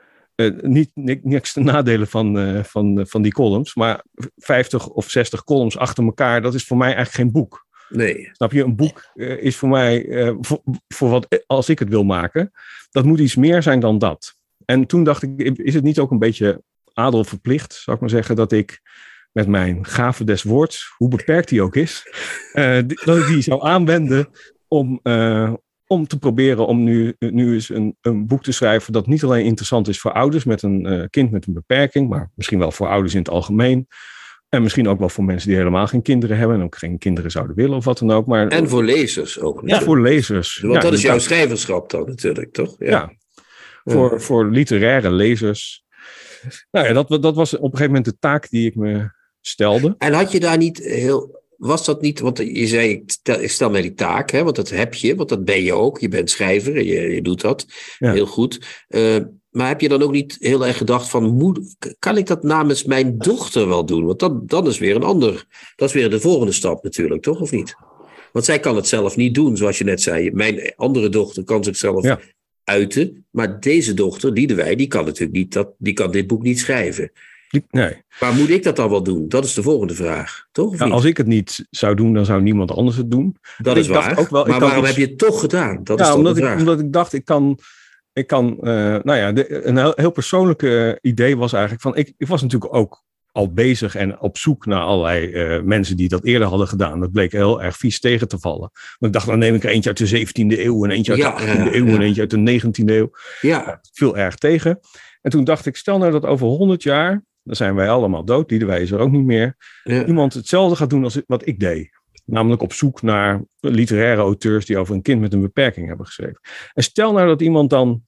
Speaker 4: uh, niet, niks te nadelen van, uh, van, uh, van die columns. Maar vijftig of zestig columns achter elkaar, dat is voor mij eigenlijk geen boek.
Speaker 2: Nee.
Speaker 4: Snap je? Een boek uh, is voor mij, uh, voor, voor wat, als ik het wil maken, dat moet iets meer zijn dan dat. En toen dacht ik, is het niet ook een beetje adelverplicht, zou ik maar zeggen, dat ik met mijn gave des woords, hoe beperkt die ook is, uh, die, dat ik die zou aanwenden om, uh, om te proberen om nu, nu eens een, een boek te schrijven dat niet alleen interessant is voor ouders met een uh, kind met een beperking, maar misschien wel voor ouders in het algemeen. En misschien ook wel voor mensen die helemaal geen kinderen hebben en ook geen kinderen zouden willen of wat dan ook. Maar,
Speaker 2: en voor lezers ook.
Speaker 4: Ja, voor lezers.
Speaker 2: Want
Speaker 4: ja,
Speaker 2: dat is jouw
Speaker 4: dat,
Speaker 2: schrijverschap dan natuurlijk, toch? Ja,
Speaker 4: ja. Voor, ja. voor literaire lezers. Nou ja, dat, dat was op een gegeven moment de taak die ik me stelde.
Speaker 2: En had je daar niet heel... Was dat niet... Want je zei, ik stel, ik stel mij die taak, hè, want dat heb je, want dat ben je ook. Je bent schrijver en je, je doet dat ja. heel goed. Uh, Maar heb je dan ook niet heel erg gedacht van, moet, kan ik dat namens mijn dochter wel doen? Want dat, dat is weer een ander, dat is weer de volgende stap natuurlijk, toch? Of niet? Want zij kan het zelf niet doen, zoals je net zei. Mijn andere dochter kan zichzelf ja. uiten, maar deze dochter, Liedewij, die kan natuurlijk niet, dat, die kan dit boek niet schrijven.
Speaker 4: Nee.
Speaker 2: Maar moet ik dat dan wel doen? Dat is de volgende vraag, toch? Of
Speaker 4: ja,
Speaker 2: niet?
Speaker 4: Als ik het niet zou doen, dan zou niemand anders het doen.
Speaker 2: Dat
Speaker 4: en
Speaker 2: is waar, ook wel, maar waarom iets... heb je het toch gedaan? Dat
Speaker 4: ja,
Speaker 2: is toch
Speaker 4: omdat
Speaker 2: de
Speaker 4: ik,
Speaker 2: vraag.
Speaker 4: omdat ik dacht, ik kan... Ik kan, uh, nou ja, de, een heel, heel persoonlijke uh, idee was eigenlijk van, ik, ik was natuurlijk ook al bezig en op zoek naar allerlei uh, mensen die dat eerder hadden gedaan. Dat bleek heel erg vies tegen te vallen. Want ik dacht, dan neem ik er eentje uit de zeventiende eeuw en eentje uit ja, de achttiende eeuw ja. en eentje uit de negentiende eeuw.
Speaker 2: Ja.
Speaker 4: Nou, viel erg tegen. En toen dacht ik, stel nou dat over honderd jaar, dan zijn wij allemaal dood, Liedewij is er ook niet meer, ja. iemand hetzelfde gaat doen als wat ik deed. Namelijk op zoek naar literaire auteurs die over een kind met een beperking hebben geschreven. En stel nou dat iemand dan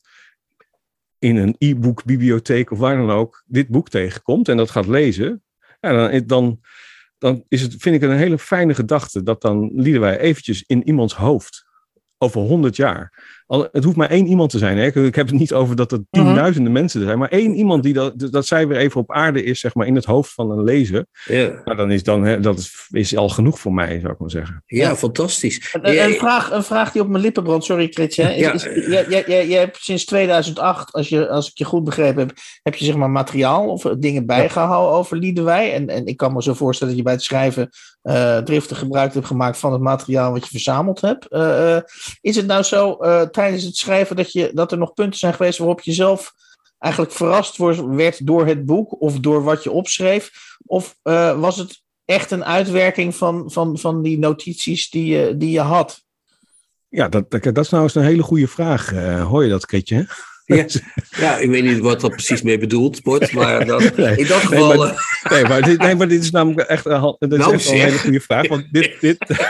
Speaker 4: in een e-book bibliotheek of waar dan ook dit boek tegenkomt en dat gaat lezen. Ja, dan, dan, dan is het, vind ik het een hele fijne gedachte dat dan Liedewij eventjes in iemands hoofd over honderd jaar al, het hoeft maar één iemand te zijn. Hè? Ik heb het niet over dat er tienduizenden uh-huh. mensen zijn, maar één iemand die dat, dat zij weer even op aarde is, zeg maar, in het hoofd van een lezer.
Speaker 2: Ja.
Speaker 4: Nou, dan is dan, hè, dat is, is al genoeg voor mij, zou ik maar zeggen.
Speaker 2: Ja, ja. Fantastisch.
Speaker 1: Een, een, vraag, een vraag die op mijn lippen brandt, sorry Chrétien. Ja. Je, je, je, je hebt sinds tweeduizend acht, als, je, als ik je goed begrepen heb, heb je zeg maar materiaal of dingen bijgehouden over Liedewij. En, en ik kan me zo voorstellen dat je bij het schrijven uh, driftig gebruik hebt gemaakt van het materiaal wat je verzameld hebt. Uh, uh, is het nou zo uh, tijdens het schrijven dat, je, dat er nog punten zijn geweest waarop je zelf eigenlijk verrast werd door het boek of door wat je opschreef? Of uh, was het echt een uitwerking van, van, van die notities die je, die je had?
Speaker 4: Ja, dat, dat, dat is nou eens een hele goede vraag. Uh, hoor je dat, Kretje?
Speaker 2: Ja, ja, ik weet niet wat dat precies mee bedoeld wordt, maar dat, nee, in dat geval...
Speaker 4: Nee, maar, nee, maar, dit, nee, maar dit is namelijk echt, een, dit is nou, echt een hele goede vraag. Want dit, dit,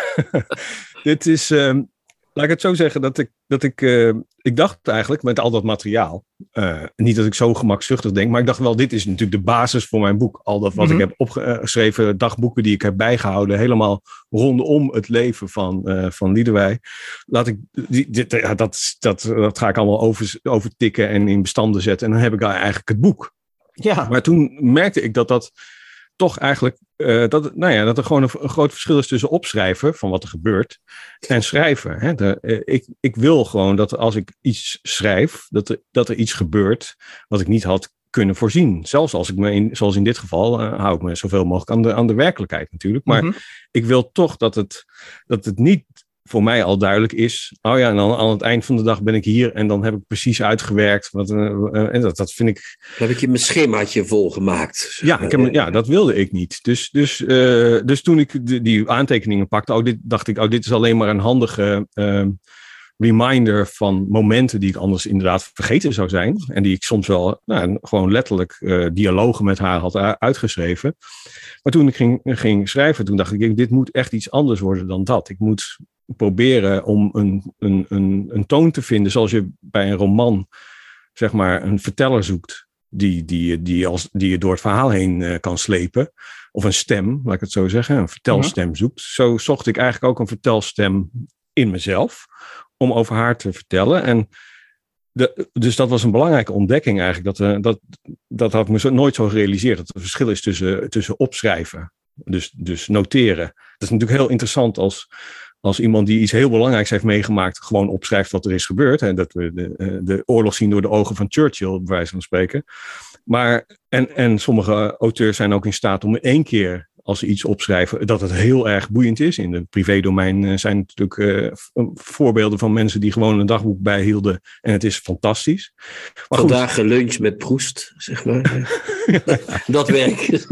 Speaker 4: dit is... Um, laat ik het zo zeggen, dat ik, dat ik, uh, ik dacht eigenlijk met al dat materiaal, uh, niet dat ik zo gemakzuchtig denk, maar ik dacht wel, dit is natuurlijk de basis voor mijn boek. Al dat wat mm-hmm. ik heb opgeschreven, dagboeken die ik heb bijgehouden, helemaal rondom het leven van, uh, van Liedewij. Laat ik, die, dit, ja, dat, dat, dat ga ik allemaal over, overtikken en in bestanden zetten en dan heb ik eigenlijk het boek. Ja. Maar toen merkte ik dat dat toch eigenlijk, uh, dat, nou ja, dat er gewoon een, een groot verschil is tussen opschrijven van wat er gebeurt en schrijven. Hè. De, uh, ik, ik wil gewoon dat als ik iets schrijf, dat er, dat er iets gebeurt wat ik niet had kunnen voorzien. Zelfs als ik me, in, zoals in dit geval, uh, hou ik me zoveel mogelijk aan de, aan de werkelijkheid natuurlijk. Maar mm-hmm. ik wil toch dat het, dat het niet voor mij al duidelijk is, oh ja, en dan aan het eind van de dag ben ik hier en dan heb ik precies uitgewerkt. Wat, uh, uh, en dat, dat vind ik...
Speaker 2: Dan heb ik je mijn schemaatje volgemaakt.
Speaker 4: Ja, ik heb, ja, dat wilde ik niet. Dus, dus, uh, dus toen ik de, die aantekeningen pakte, oh, dit, dacht ik, oh, dit is alleen maar een handige uh, reminder van momenten die ik anders inderdaad vergeten zou zijn. En die ik soms wel nou, gewoon letterlijk uh, dialogen met haar had uitgeschreven. Maar toen ik ging, ging schrijven, toen dacht ik, dit moet echt iets anders worden dan dat. Ik moet proberen om een, een, een, een toon te vinden zoals je bij een roman, zeg maar, een verteller zoekt die, die, die, als, die je door het verhaal heen uh, kan slepen. Of een stem, laat ik het zo zeggen, een vertelstem zoekt. Zo zocht ik eigenlijk ook een vertelstem in mezelf om over haar te vertellen. En de, dus dat was een belangrijke ontdekking eigenlijk. Dat, uh, dat, dat had ik me zo, nooit zo gerealiseerd. Dat er verschil is tussen, tussen opschrijven, dus, dus noteren. Dat is natuurlijk heel interessant als... Als iemand die iets heel belangrijks heeft meegemaakt, gewoon opschrijft wat er is gebeurd. En dat we de, de oorlog zien door de ogen van Churchill, bij wijze van spreken. Maar, en, en sommige auteurs zijn ook in staat om in één keer, als ze iets opschrijven, dat het heel erg boeiend is. In het privédomein zijn natuurlijk uh, voorbeelden van mensen die gewoon een dagboek bijhielden. En het is fantastisch.
Speaker 2: Maar vandaag lunch met Proest, zeg maar. Ja. Dat werkt.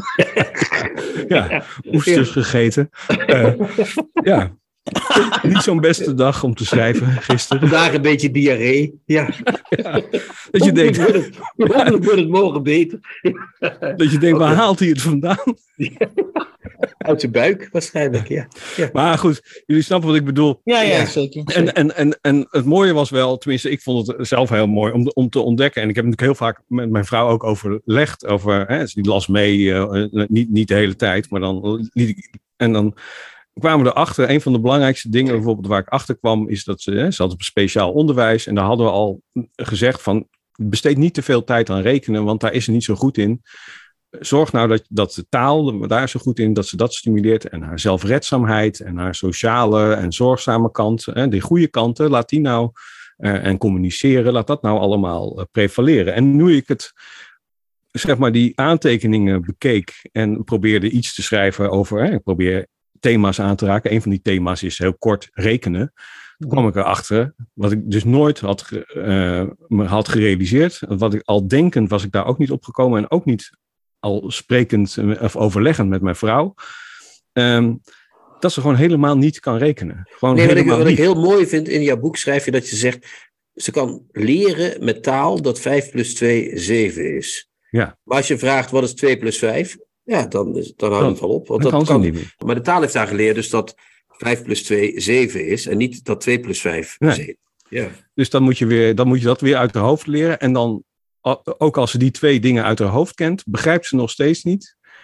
Speaker 4: Ja, oesters gegeten. Uh, ja. Niet zo'n beste dag om te schrijven gisteren.
Speaker 2: Vandaag een beetje diarree. Ja.
Speaker 4: Ja, dat je denkt,
Speaker 2: hopelijk wordt het morgen beter.
Speaker 4: Dat je denkt, waar haalt hij het vandaan?
Speaker 2: Ja. Uit zijn buik waarschijnlijk, ja. Ja.
Speaker 4: Maar goed, jullie snappen wat ik bedoel.
Speaker 1: Ja, ja, zeker.
Speaker 4: En, en, en, en het mooie was wel, tenminste ik vond het zelf heel mooi om, om te ontdekken. En ik heb natuurlijk heel vaak met mijn vrouw ook overlegd over, hè, die las mee, uh, niet, niet de hele tijd, maar dan liet ik, en dan kwamen we erachter, een van de belangrijkste dingen bijvoorbeeld waar ik achter kwam, is dat ze, hè, ze had op speciaal onderwijs en daar hadden we al gezegd van, besteed niet te veel tijd aan rekenen, want daar is ze niet zo goed in. Zorg nou dat, dat de taal, daar is ze goed in, dat ze dat stimuleert en haar zelfredzaamheid en haar sociale en zorgzame kant, hè, die goede kanten, laat die nou, uh, en communiceren, laat dat nou allemaal uh, prevaleren. En nu ik het, zeg maar, die aantekeningen bekeek en probeerde iets te schrijven over, hè, ik probeer thema's aan te raken. Een van die thema's is heel kort rekenen. Toen kwam ik erachter, wat ik dus nooit had, uh, me had gerealiseerd. Wat ik al denkend was ik daar ook niet opgekomen en ook niet al sprekend of overleggend met mijn vrouw. Um, dat ze gewoon helemaal niet kan rekenen. Gewoon
Speaker 2: nee, wat, ik, wat
Speaker 4: niet.
Speaker 2: ik heel mooi vind in jouw boek schrijf je dat je zegt, ze kan leren met taal dat vijf plus twee zeven is.
Speaker 4: Ja.
Speaker 2: Maar als je vraagt wat is twee plus vijf, ja, dan, dan houdt het wel op. Want
Speaker 4: dat,
Speaker 2: dat
Speaker 4: kan
Speaker 2: kan
Speaker 4: niet meer.
Speaker 2: Maar de taal heeft daar geleerd dus dat vijf plus twee zeven is en niet dat twee plus vijf
Speaker 4: nee.
Speaker 2: zeven. Ja.
Speaker 4: Dus dan moet, je weer, dan moet je dat weer uit haar hoofd leren. En dan, ook als ze die twee dingen uit haar hoofd kent, begrijpt ze nog steeds niet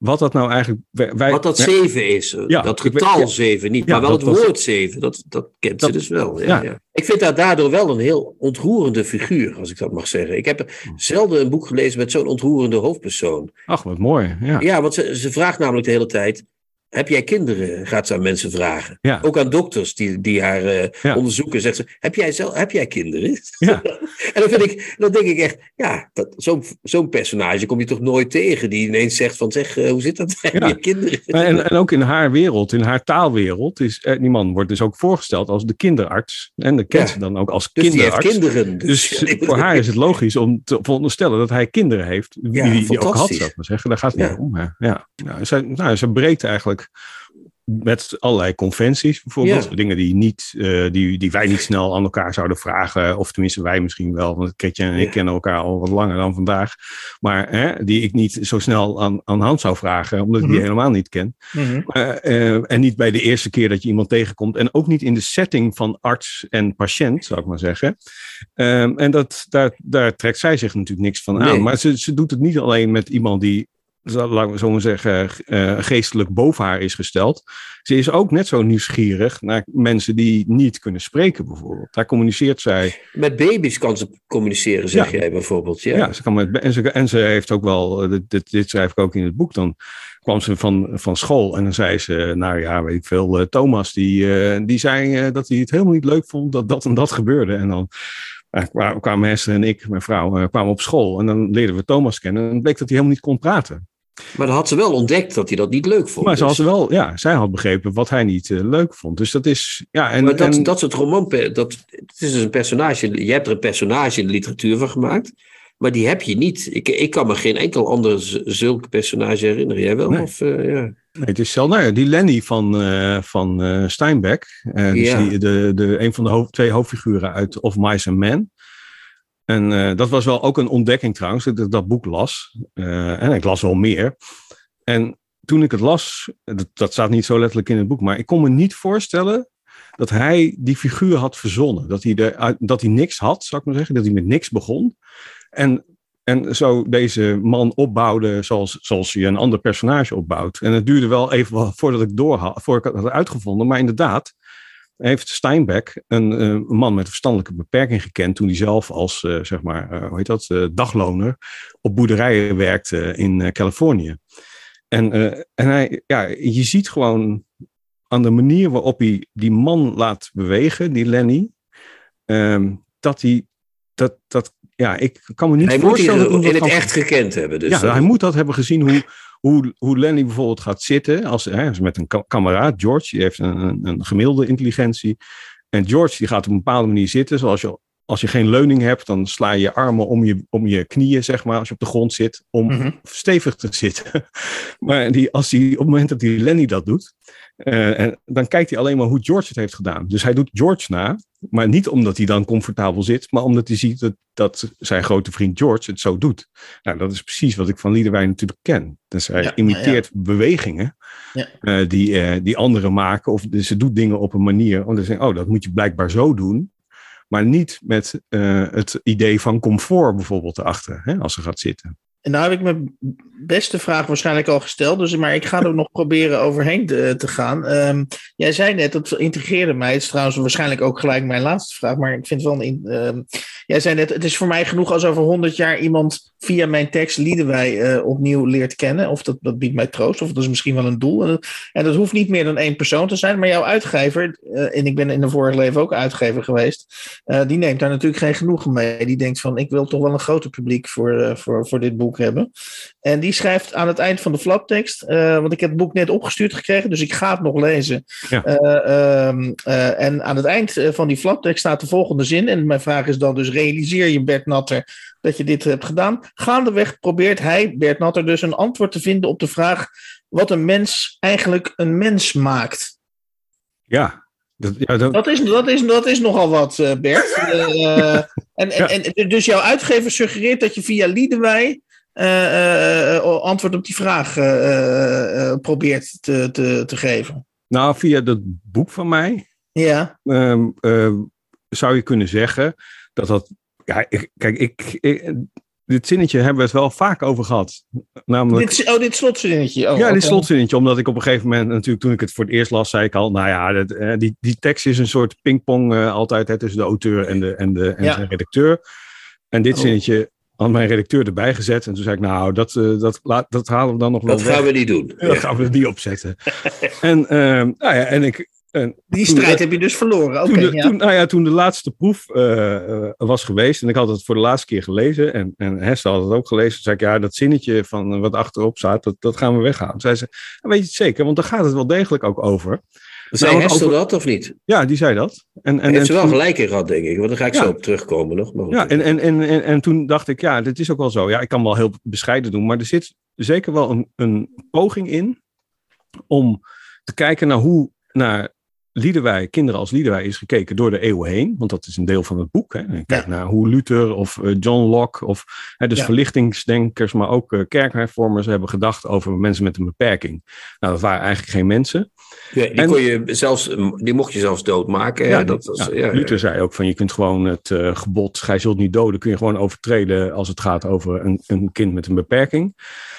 Speaker 4: wat dat nou eigenlijk... Wij,
Speaker 2: wat dat zeven is. Ja, dat getal ja, zeven niet, ja, maar wel het woord was, zeven. Dat, dat kent dat, ze dus wel. Ja, ja. Ja. Ik vind dat daardoor wel een heel ontroerende figuur, als ik dat mag zeggen. Ik heb zelden een boek gelezen met zo'n ontroerende hoofdpersoon.
Speaker 4: Ach, wat mooi. Ja,
Speaker 2: ja want ze, ze vraagt namelijk de hele tijd... Heb jij kinderen? Gaat ze aan mensen vragen. Ja. Ook aan dokters die, die haar uh, ja. onderzoeken. Zegt ze, heb jij, zelf, heb jij kinderen? Ja. En dan, vind ik, dan denk ik echt, ja, dat, zo'n, zo'n personage kom je toch nooit tegen. Die ineens zegt van, zeg, uh, hoe zit dat? Heb ja. je kinderen?
Speaker 4: En, en ook in haar wereld, in haar taalwereld. Is, uh, die man wordt dus ook voorgesteld als de kinderarts. En de kent ja. ze dan ook als
Speaker 2: dus
Speaker 4: kinderarts.
Speaker 2: Die heeft kinderen. Dus,
Speaker 4: dus voor haar is het logisch om te veronderstellen dat hij kinderen heeft. Die ja, die ook had, zou ik maar zeggen. Daar gaat het ja. niet om. Hè. Ja. Nou, ze, nou, ze breekt eigenlijk met allerlei conventies bijvoorbeeld. Ja. Dingen die, niet, uh, die, die wij niet snel aan elkaar zouden vragen. Of tenminste wij misschien wel. Want Kretje en ik ja. kennen elkaar al wat langer dan vandaag. Maar hè, die ik niet zo snel aan, aan Hans zou vragen. Omdat ik mm-hmm. die helemaal niet ken. Mm-hmm. Uh, uh, en niet bij de eerste keer dat je iemand tegenkomt. En ook niet in de setting van arts en patiënt, zou ik maar zeggen. Um, en dat, daar, daar trekt zij zich natuurlijk niks van aan. Nee. Maar ze, ze doet het niet alleen met iemand die... laten we zo maar zeggen, uh, geestelijk boven haar is gesteld. Ze is ook net zo nieuwsgierig naar mensen die niet kunnen spreken, bijvoorbeeld. Daar communiceert zij...
Speaker 2: Met baby's kan ze communiceren, zeg ja. jij bijvoorbeeld. Ja,
Speaker 4: ja ze kan met, en, ze, en ze heeft ook wel, dit, dit, dit schrijf ik ook in het boek, dan kwam ze van, van school en dan zei ze, nou ja, weet ik veel, uh, Thomas, die, uh, die zei uh, dat hij het helemaal niet leuk vond dat dat en dat gebeurde. En dan... Uh, kwamen Hester en ik, mijn vrouw, uh, kwamen op school. En dan leerden we Thomas kennen. En het bleek dat hij helemaal niet kon praten.
Speaker 2: Maar dan had ze wel ontdekt dat hij dat niet leuk vond.
Speaker 4: Maar ze
Speaker 2: dus.
Speaker 4: had wel, ja, zij had begrepen wat hij niet uh, leuk vond. Dus dat is... Ja, en,
Speaker 2: maar dat,
Speaker 4: en,
Speaker 2: dat is het roman... Dat, het is dus een personage... Je hebt er een personage in de literatuur van gemaakt. Maar die heb je niet. Ik, ik kan me geen enkel ander z- zulk personage herinneren. Jij wel?
Speaker 4: Nee.
Speaker 2: Of, uh, ja.
Speaker 4: Nee, het is zelf, nou ja, die Lenny van, uh, van uh, Steinbeck. Uh, dus ja. die, de, de, een van de hoofd, twee hoofdfiguren uit Of Mice and Men. En uh, dat was wel ook een ontdekking trouwens, dat ik dat boek las. Uh, en ik las wel meer. En toen ik het las, dat, dat staat niet zo letterlijk in het boek, maar ik kon me niet voorstellen dat hij die figuur had verzonnen. Dat hij, de, dat hij niks had, zou ik maar zeggen. Dat hij met niks begon. En, en zo deze man opbouwde zoals, zoals je een ander personage opbouwt. En het duurde wel even voordat ik door had, voordat ik het had uitgevonden. Maar inderdaad... heeft Steinbeck een, een man met een verstandelijke beperking gekend toen hij zelf als, uh, zeg maar, uh, hoe heet dat, uh, dagloner op boerderijen werkte in uh, Californië. En, uh, en hij, ja, je ziet gewoon aan de manier waarop hij die man laat bewegen, die Lenny, um, dat hij, dat, dat, ja, ik kan me niet
Speaker 2: hij
Speaker 4: voorstellen...
Speaker 2: Hij moet in het echt gekend hebben. Dus
Speaker 4: ja,
Speaker 2: dan.
Speaker 4: Hij moet dat hebben gezien hoe... Hoe, hoe Lenny bijvoorbeeld gaat zitten als, hè, met een ka- kameraad, George, die heeft een, een, een gemiddelde intelligentie. En George die gaat op een bepaalde manier zitten, zoals je, als je geen leuning hebt, dan sla je je armen om je, om je knieën, zeg maar, als je op de grond zit, om mm-hmm. stevig te zitten. Maar die, als die, op het moment dat die Lenny dat doet, uh, en dan kijkt hij alleen maar hoe George het heeft gedaan. Dus hij doet George na, maar niet omdat hij dan comfortabel zit, maar omdat hij ziet dat, dat zijn grote vriend George het zo doet. Nou, dat is precies wat ik van Liedewij natuurlijk ken. Dus hij ja, imiteert ja. bewegingen ja. Uh, die, uh, die anderen maken, of dus ze doet dingen op een manier, om te zeggen, oh, dat moet je blijkbaar zo doen. Maar niet met uh, het idee van comfort bijvoorbeeld erachter, hè, als ze gaat zitten.
Speaker 1: En nou heb ik mijn beste vraag waarschijnlijk al gesteld, dus, maar ik ga er nog proberen overheen te, te gaan. Um, jij zei net, dat integreerde mij, het is trouwens waarschijnlijk ook gelijk mijn laatste vraag, maar ik vind het wel een... Um, jij zei net, het is voor mij genoeg als over honderd jaar iemand via mijn tekst Liedewij uh, opnieuw leert kennen, of dat, dat biedt mij troost, of dat is misschien wel een doel. En dat, en dat hoeft niet meer dan één persoon te zijn, maar jouw uitgever, uh, en ik ben in een vorig leven ook uitgever geweest, uh, die neemt daar natuurlijk geen genoegen mee. Die denkt van, ik wil toch wel een groter publiek voor, uh, voor, voor dit boek hebben. En die schrijft aan het eind van de flaptekst, uh, want ik heb het boek net opgestuurd gekregen, dus ik ga het nog lezen. Ja. Uh, um, uh, en aan het eind van die flaptekst staat de volgende zin, en mijn vraag is dan dus, realiseer je, Bert Natter, dat je dit hebt gedaan? Gaandeweg probeert hij, Bert Natter, dus een antwoord te vinden op de vraag wat een mens eigenlijk een mens maakt.
Speaker 4: Ja. Dat, ja, dat...
Speaker 1: Dat, is, dat, is, dat is nogal wat, uh, Bert. Uh, en, en, en, dus jouw uitgever suggereert dat je via Liedewij uh, uh, antwoord op die vraag uh, uh, probeert te, te, te geven.
Speaker 4: Nou, via dat boek van mij
Speaker 1: ja.
Speaker 4: uh, uh, zou je kunnen zeggen dat dat... Ja, ik, kijk, ik, ik, dit zinnetje hebben we het wel vaak over gehad. Namelijk,
Speaker 1: dit, oh, dit slotzinnetje. Oh,
Speaker 4: ja, dit
Speaker 1: okay.
Speaker 4: slotzinnetje. Omdat ik op een gegeven moment, natuurlijk toen ik het voor het eerst las, zei ik al, nou ja, dat, uh, die, die tekst is een soort pingpong uh, altijd hè, tussen de auteur en de, en de, en ja. de redacteur. En dit oh. zinnetje had mijn redacteur erbij gezet. En toen zei ik, nou, dat, uh, dat, dat, dat halen we dan nog wel
Speaker 2: Dat
Speaker 4: weg.
Speaker 2: gaan we niet doen.
Speaker 4: Ja, dat gaan we niet opzetten. en, uh, nou ja, en ik... En
Speaker 1: die strijd de, heb je dus verloren. Okay,
Speaker 4: toen, de,
Speaker 1: ja.
Speaker 4: toen, nou ja, toen de laatste proef uh, uh, was geweest, en ik had het voor de laatste keer gelezen, en, en Hester had het ook gelezen, toen zei ik, ja, dat zinnetje van uh, wat achterop staat, dat, dat gaan we weghalen. Toen zei ze, weet je het zeker, want daar gaat het wel degelijk ook over.
Speaker 2: Zei Hester over... dat of niet?
Speaker 4: Ja, die zei dat. En, en,
Speaker 2: heeft
Speaker 4: en
Speaker 2: ze wel
Speaker 4: toen...
Speaker 2: gelijk in gehad, denk ik, want daar ga ik
Speaker 4: ja.
Speaker 2: zo op terugkomen nog. Maar
Speaker 4: ja, en, en, en, en, en toen dacht ik, ja, dit is ook wel zo. Ja, ik kan wel heel bescheiden doen, maar er zit zeker wel een, een poging in om te kijken naar hoe, naar Liedewij, kinderen als Liedewij is gekeken door de eeuwen heen. Want dat is een deel van het boek. Hè. Kijk ja. naar hoe Luther of uh, John Locke of hè, dus ja. verlichtingsdenkers, maar ook uh, kerkhervormers hebben gedacht over mensen met een beperking. Nou, dat waren eigenlijk geen mensen.
Speaker 2: Ja, die, en, kon je zelfs, die mocht je zelfs doodmaken.
Speaker 4: Ja,
Speaker 2: hè? Dat was,
Speaker 4: ja,
Speaker 2: ja,
Speaker 4: Luther ja. zei ook van je kunt gewoon het uh, gebod, gij zult niet doden, kun je gewoon overtreden als het gaat over een, een kind met een beperking.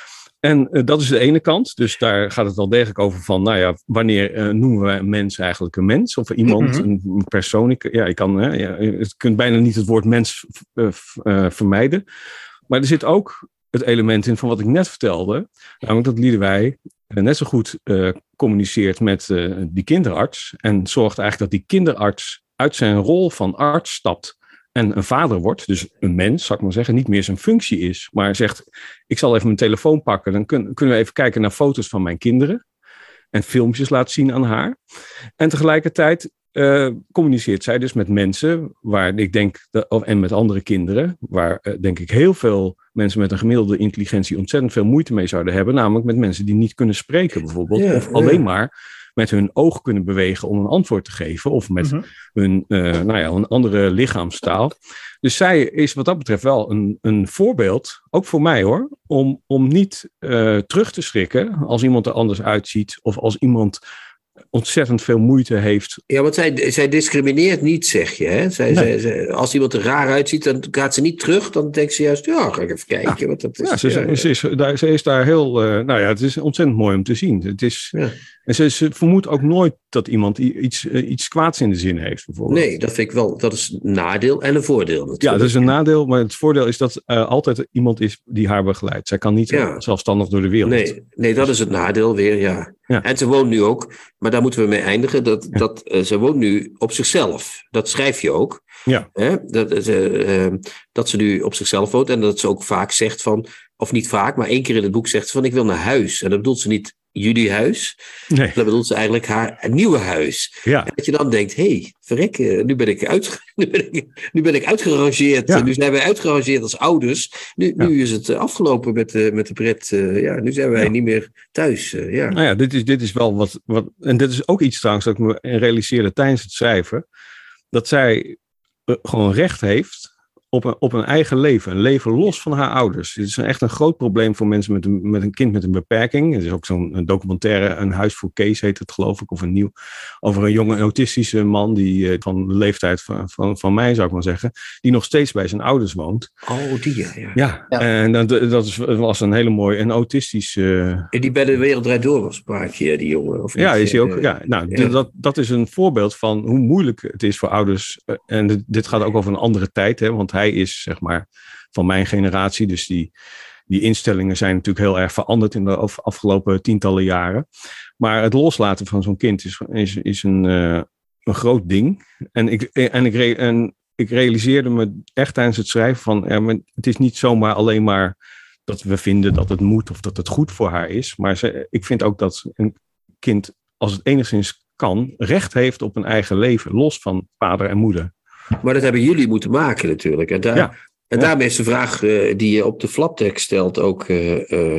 Speaker 4: En uh, dat is de ene kant. Dus daar gaat het wel degelijk over van, nou ja, wanneer uh, noemen we een mens eigenlijk een mens? Of iemand, mm-hmm. een, een persoon. Ik, ja, je kan, hè, ja, je kunt bijna niet het woord mens uh, uh, vermijden. Maar er zit ook het element in van wat ik net vertelde. Namelijk dat Liedewij uh, net zo goed uh, communiceert met uh, die kinderarts. En zorgt eigenlijk dat die kinderarts uit zijn rol van arts stapt. En een vader wordt, dus een mens, zou ik maar zeggen, niet meer zijn functie is. Maar zegt, ik zal even mijn telefoon pakken. Dan kun, kunnen we even kijken naar foto's van mijn kinderen. En filmpjes laten zien aan haar. En tegelijkertijd uh, communiceert zij dus met mensen, waar ik denk, dat, en met andere kinderen, waar uh, denk ik heel veel mensen met een gemiddelde intelligentie ontzettend veel moeite mee zouden hebben. Namelijk met mensen die niet kunnen spreken bijvoorbeeld. Ja, of ja. alleen maar met hun oog kunnen bewegen om een antwoord te geven. Of met uh-huh. hun, uh, nou ja, een andere lichaamstaal. Dus zij is wat dat betreft wel een, een voorbeeld, ook voor mij hoor, om, om niet uh, terug te schrikken als iemand er anders uitziet. Of als iemand ontzettend veel moeite heeft.
Speaker 2: Ja, want zij, zij discrimineert niet, zeg je. Hè? Zij, nee. zij, zij, als iemand er raar uitziet, dan gaat ze niet terug. Dan denkt ze juist, ja, ga ik even kijken.
Speaker 4: Ja,
Speaker 2: wat dat is.
Speaker 4: Ja, ze,
Speaker 2: ja,
Speaker 4: ze, is, daar, ze is daar heel, uh, nou ja, het is ontzettend mooi om te zien. Het is, ja. En ze, ze vermoedt ook nooit dat iemand iets, uh, iets kwaads in de zin heeft, bijvoorbeeld.
Speaker 2: Nee, dat vind ik wel, dat is een nadeel en een voordeel natuurlijk.
Speaker 4: Ja, dat is een nadeel, maar het voordeel is dat uh, altijd iemand is die haar begeleidt. Zij kan niet ja. zelfstandig door de wereld.
Speaker 2: Nee, nee, dat is het nadeel weer, ja. ja. En ze woont nu ook, maar daar moeten we mee eindigen, dat, ja. dat uh, ze woont nu op zichzelf. Dat schrijf je ook.
Speaker 4: Ja.
Speaker 2: Hè? Dat, uh, uh, dat ze nu op zichzelf woont en dat ze ook vaak zegt van, of niet vaak, maar één keer in het boek zegt ze van, ik wil naar huis. En dat bedoelt ze niet jullie huis. Nee. Dat bedoelt ze eigenlijk haar nieuwe huis.
Speaker 4: Ja.
Speaker 2: En dat je dan denkt, hé, hey, verrek, nu ben ik, uit, nu ben ik, nu ben ik uitgerangeerd. Ja. Nu zijn wij uitgerangeerd als ouders. Nu, ja. nu is het afgelopen met de, met de pret. Uh, ja, nu zijn wij ja. niet meer thuis. Uh, ja.
Speaker 4: Nou ja, dit is, dit is wel wat, wat... En dit is ook iets trouwens dat ik me realiseerde tijdens het schrijven. Dat zij uh, gewoon recht heeft op een, op een eigen leven. Een leven los van haar ouders. Dit is echt een groot probleem voor mensen met een, met een kind met een beperking. Er is ook zo'n documentaire, Een huis voor Kees heet het geloof ik. Of een nieuw, over een jonge autistische man die van de leeftijd van, van, van mij zou ik maar zeggen. Die nog steeds bij zijn ouders woont.
Speaker 2: Oh, die ja. Ja,
Speaker 4: ja, ja. En dat, dat is, was een hele mooie en autistische... Uh...
Speaker 2: En die bij de Wereld Draait Door was een paar keer, die jongen. Of
Speaker 4: ja,
Speaker 2: niet?
Speaker 4: is hij ook. Ja, nou, ja. Dat, dat is een voorbeeld van hoe moeilijk het is voor ouders. En dit, dit gaat ook over een andere tijd, hè, want hij is zeg maar van mijn generatie. Dus die, die instellingen zijn natuurlijk heel erg veranderd in de afgelopen tientallen jaren. Maar het loslaten van zo'n kind is, is, is een, uh, een groot ding. En ik, en, ik re, en ik realiseerde me echt tijdens het schrijven van ja, het is niet zomaar alleen maar dat we vinden dat het moet of dat het goed voor haar is. Maar ze, ik vind ook dat een kind, als het enigszins kan, recht heeft op een eigen leven, los van vader en moeder.
Speaker 2: Maar dat hebben jullie moeten maken natuurlijk. En, daar,
Speaker 4: ja,
Speaker 2: en
Speaker 4: ja.
Speaker 2: daarmee is de vraag uh, die je op de flaptekst stelt ook uh, uh,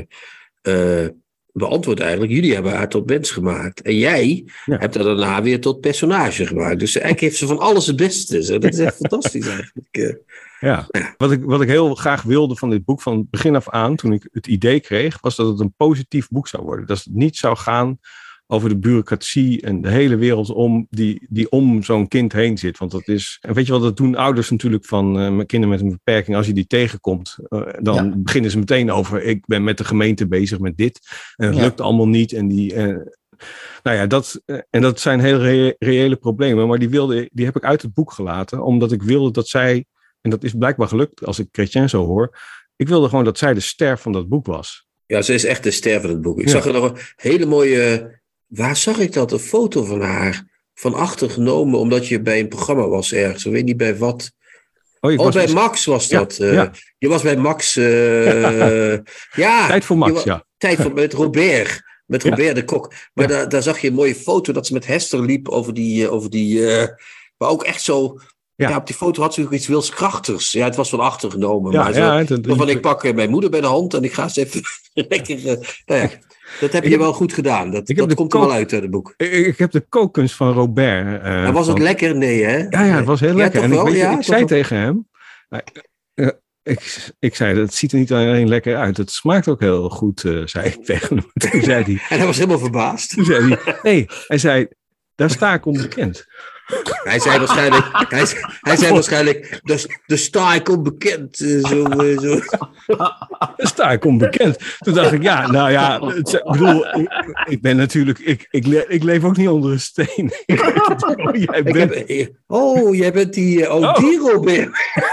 Speaker 2: uh, beantwoord eigenlijk. Jullie hebben haar tot mens gemaakt. En jij ja. hebt haar daarna weer tot personage gemaakt. Dus eigenlijk heeft ze van alles het beste. Dat is echt fantastisch eigenlijk. Uh,
Speaker 4: ja. ja. Wat, ik, wat ik heel graag wilde van dit boek van het begin af aan, toen ik het idee kreeg, was dat het een positief boek zou worden. Dat het niet zou gaan over de bureaucratie en de hele wereld om die, die om zo'n kind heen zit. Want dat is, en weet je wat, dat doen ouders natuurlijk van uh, kinderen met een beperking. Als je die tegenkomt, uh, dan ja. beginnen ze meteen over, ik ben met de gemeente bezig met dit. En het ja. lukt allemaal niet. En die, uh, nou ja, dat, uh, en dat zijn hele re- reële problemen. Maar die, wilde, die heb ik uit het boek gelaten, omdat ik wilde dat zij, en dat is blijkbaar gelukt als ik Chrétien zo hoor, ik wilde gewoon dat zij de ster van dat boek was.
Speaker 2: Ja, ze is echt de ster van het boek. Ik ja. zag er nog een hele mooie, waar zag ik dat? Een foto van haar van achter genomen, omdat je bij een programma was ergens. Ik weet niet bij wat. Oh, oh bij Max was dat. Ja, uh, ja. Je was bij Max. Uh, ja.
Speaker 4: Tijd voor Max, was, ja.
Speaker 2: Tijd voor, met Robert. Met Robert ja. de Kok. Maar ja. daar, daar zag je een mooie foto dat ze met Hester liep over die, over die uh, maar ook echt zo. Ja. ja, op die foto had ze ook iets wilskrachtigs. Ja, het was van achter genomen. Ja, maar zo, ja, het, het, van, ik pak mijn moeder bij de hand en ik ga eens even lekker. Uh, nou ja, dat heb je heb, wel goed gedaan. Dat, dat komt kook, er wel uit uit het boek.
Speaker 4: Ik, ik heb de kookkunst van Robert. Uh,
Speaker 2: was van, het lekker? Nee, hè?
Speaker 4: Ja, ja, het was heel lekker.
Speaker 2: Ja,
Speaker 4: en ik,
Speaker 2: wel,
Speaker 4: weet,
Speaker 2: ja,
Speaker 4: ik zei wel. tegen hem. Uh, uh, ik, ik zei, het ziet er niet alleen lekker uit. Het smaakt ook heel goed, uh, zei ik tegen hem. Toen zei hij,
Speaker 2: en hij was helemaal verbaasd.
Speaker 4: Toen zei hij, nee, hij zei, daar sta ik onbekend.
Speaker 2: Hij zei waarschijnlijk, hij, hij zei waarschijnlijk, de, de sta ik onbekend. Zo, zo.
Speaker 4: De sta ik onbekend. Toen dacht ik, ja, nou ja, het, ik bedoel, ik, ik ben natuurlijk, ik, ik, ik leef ook niet onder een steen. oh, jij bent...
Speaker 2: heb, oh, jij bent die, oh, oh. die Robert.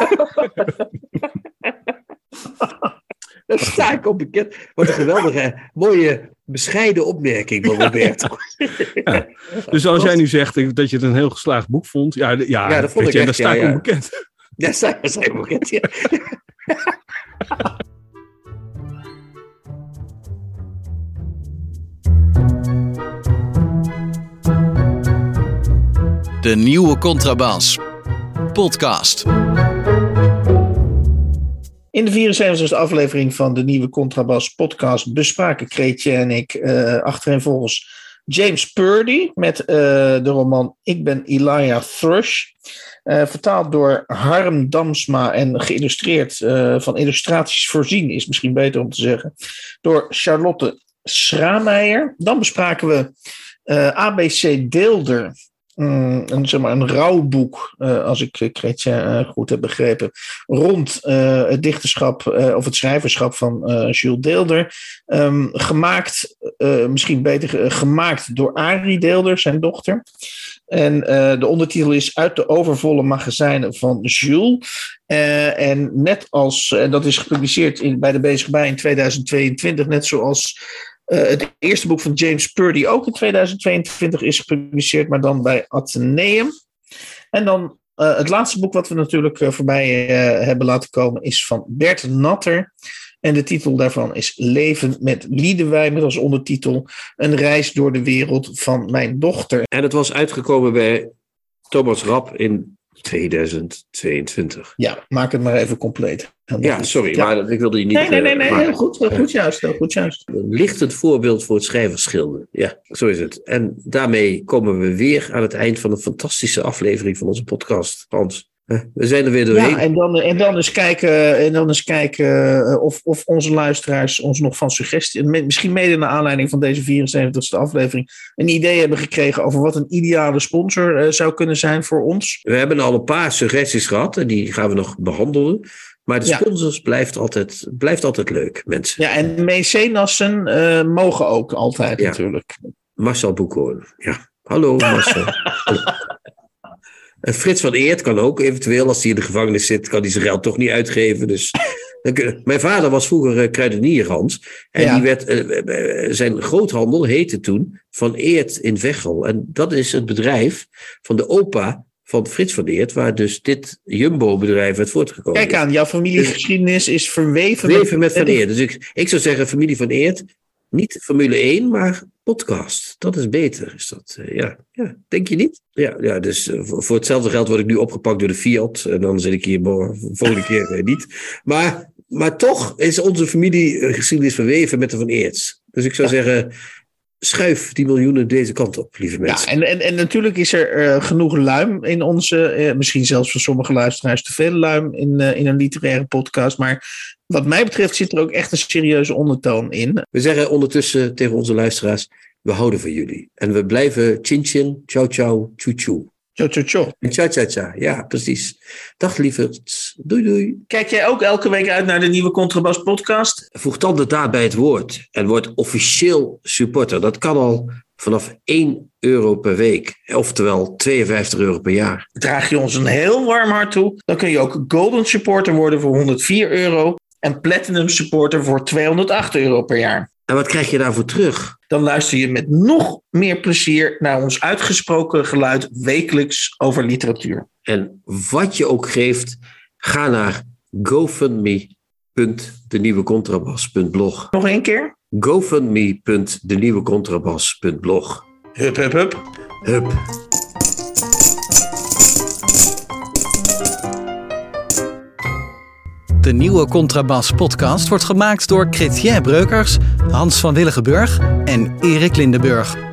Speaker 2: Daar sta ik onbekend. Wat een geweldige, mooie, bescheiden opmerking van Robert.
Speaker 4: Ja. Dus als jij nu zegt dat je het een heel geslaagd boek vond, ja, ja,
Speaker 2: ja dat vond ik echt,
Speaker 4: daar sta ik
Speaker 2: ja, ja.
Speaker 4: onbekend.
Speaker 2: Daar sta ik onbekend, ja.
Speaker 3: De Nieuwe Contrabas podcast.
Speaker 1: In de vierenzeventigste aflevering van de Nieuwe Contrabas podcast bespraken Chrétien en ik uh, achtereenvolgens James Purdy met uh, de roman Ik ben Elijah Thrush. Uh, vertaald door Harm Damsma en geïllustreerd, uh, van illustraties voorzien, is misschien beter om te zeggen, door Charlotte Schrameijer. Dan bespraken we uh, A B C Deelder. Mm, een, zeg maar, een rouwboek, uh, als ik Chrétien uh, goed heb begrepen, rond uh, het dichterschap uh, of het schrijverschap van uh, Jules Deelder. Um, gemaakt, uh, misschien beter uh, gemaakt door Arie Deelder, zijn dochter. En uh, de ondertitel is Uit de overvolle magazijnen van Jules. Uh, en net als, en dat is gepubliceerd in, bij de Bezig Bij in tweeduizend tweeëntwintig, net zoals Uh, het eerste boek van James Purdy ook in tweeduizend tweeëntwintig is gepubliceerd, maar dan bij Atheneum. En dan uh, het laatste boek wat we natuurlijk uh, voorbij uh, hebben laten komen is van Bert Natter. En de titel daarvan is Leven met Liedewij, met als ondertitel Een reis door de wereld van mijn dochter.
Speaker 2: En het was uitgekomen bij Thomas Rapp in tweeduizend tweeëntwintig.
Speaker 1: Ja, maak het maar even compleet.
Speaker 2: Ja, sorry, ja. maar ik wilde je niet...
Speaker 1: Nee, nee, nee, nee heel goed, heel goed juist, heel goed juist.
Speaker 2: Een lichtend voorbeeld voor het schrijversschilden. Ja, zo is het. En daarmee komen we weer aan het eind van een fantastische aflevering van onze podcast, Hans. We zijn er weer doorheen.
Speaker 1: Ja, en dan, en dan eens kijken, en dan eens kijken of, of onze luisteraars ons nog van suggesties, misschien mede naar aanleiding van deze vierenzeventigste aflevering, een idee hebben gekregen over wat een ideale sponsor uh, zou kunnen zijn voor ons.
Speaker 2: We hebben al een paar suggesties gehad en die gaan we nog behandelen. Maar de sponsors ja. blijft, altijd, blijft altijd leuk, mensen.
Speaker 1: Ja, en mecenassen uh, mogen ook altijd ja. natuurlijk.
Speaker 2: Marcel Boekhoorn, ja. Hallo Marcel. En Frits van Eert kan ook eventueel, als hij in de gevangenis zit, kan hij zijn geld toch niet uitgeven. Dus, mijn vader was vroeger uh, kruidenier, Hans. En ja. die werd, uh, uh, zijn groothandel heette toen Van Eert in Veghel. En dat is het bedrijf van de opa van Frits van Eert, waar dus dit Jumbo-bedrijf uit voortgekomen is.
Speaker 1: Kijk aan, jouw familiegeschiedenis is verweven,
Speaker 2: verweven met, met Van Eert. Dus ik, ik zou zeggen, familie van Eert, niet Formule één, maar podcast. Dat is beter, is dat. Uh, ja. ja, denk je niet? Ja, ja dus uh, voor, voor hetzelfde geld word ik nu opgepakt door de Fiat. En dan zit ik hier boven, volgende keer uh, niet. Maar, maar toch is onze familiegeschiedenis verweven met de Van Eerts. Dus ik zou ja. zeggen, schuif die miljoenen deze kant op, lieve mensen.
Speaker 1: Ja, en, en, en natuurlijk is er uh, genoeg luim in onze, uh, misschien zelfs voor sommige luisteraars te veel luim in, uh, in een literaire podcast. Maar wat mij betreft zit er ook echt een serieuze ondertoon in.
Speaker 2: We zeggen ondertussen tegen onze luisteraars, we houden van jullie. En we blijven chin chin, ciao ciao, tjoe tjoe.
Speaker 1: Ciao, ciao, ciao.
Speaker 2: Ciao, ciao, ciao. Ja, precies. Dag lieverds. Doei, doei.
Speaker 1: Kijk jij ook elke week uit naar de nieuwe Contrabas podcast?
Speaker 2: Voeg dan de daad bij het woord en word officieel supporter. Dat kan al vanaf één euro per week. Oftewel tweeënvijftig euro per jaar.
Speaker 1: Draag je ons een heel warm hart toe, dan kun je ook Golden Supporter worden voor honderdvier euro en Platinum Supporter voor tweehonderdacht euro per jaar.
Speaker 2: En wat krijg je daarvoor terug?
Speaker 1: Dan luister je met nog meer plezier naar ons uitgesproken geluid wekelijks over literatuur.
Speaker 2: En wat je ook geeft, ga naar gofundme punt de nieuwe contrabas punt blog.
Speaker 1: Nog één keer?
Speaker 2: gofundme punt de nieuwe contrabas punt blog.
Speaker 1: Hup, hup, hup.
Speaker 2: Hup.
Speaker 3: De nieuwe Contrabas podcast wordt gemaakt door Chrétien Breukers, Hans van Willigenburg en Erik Lindenburg.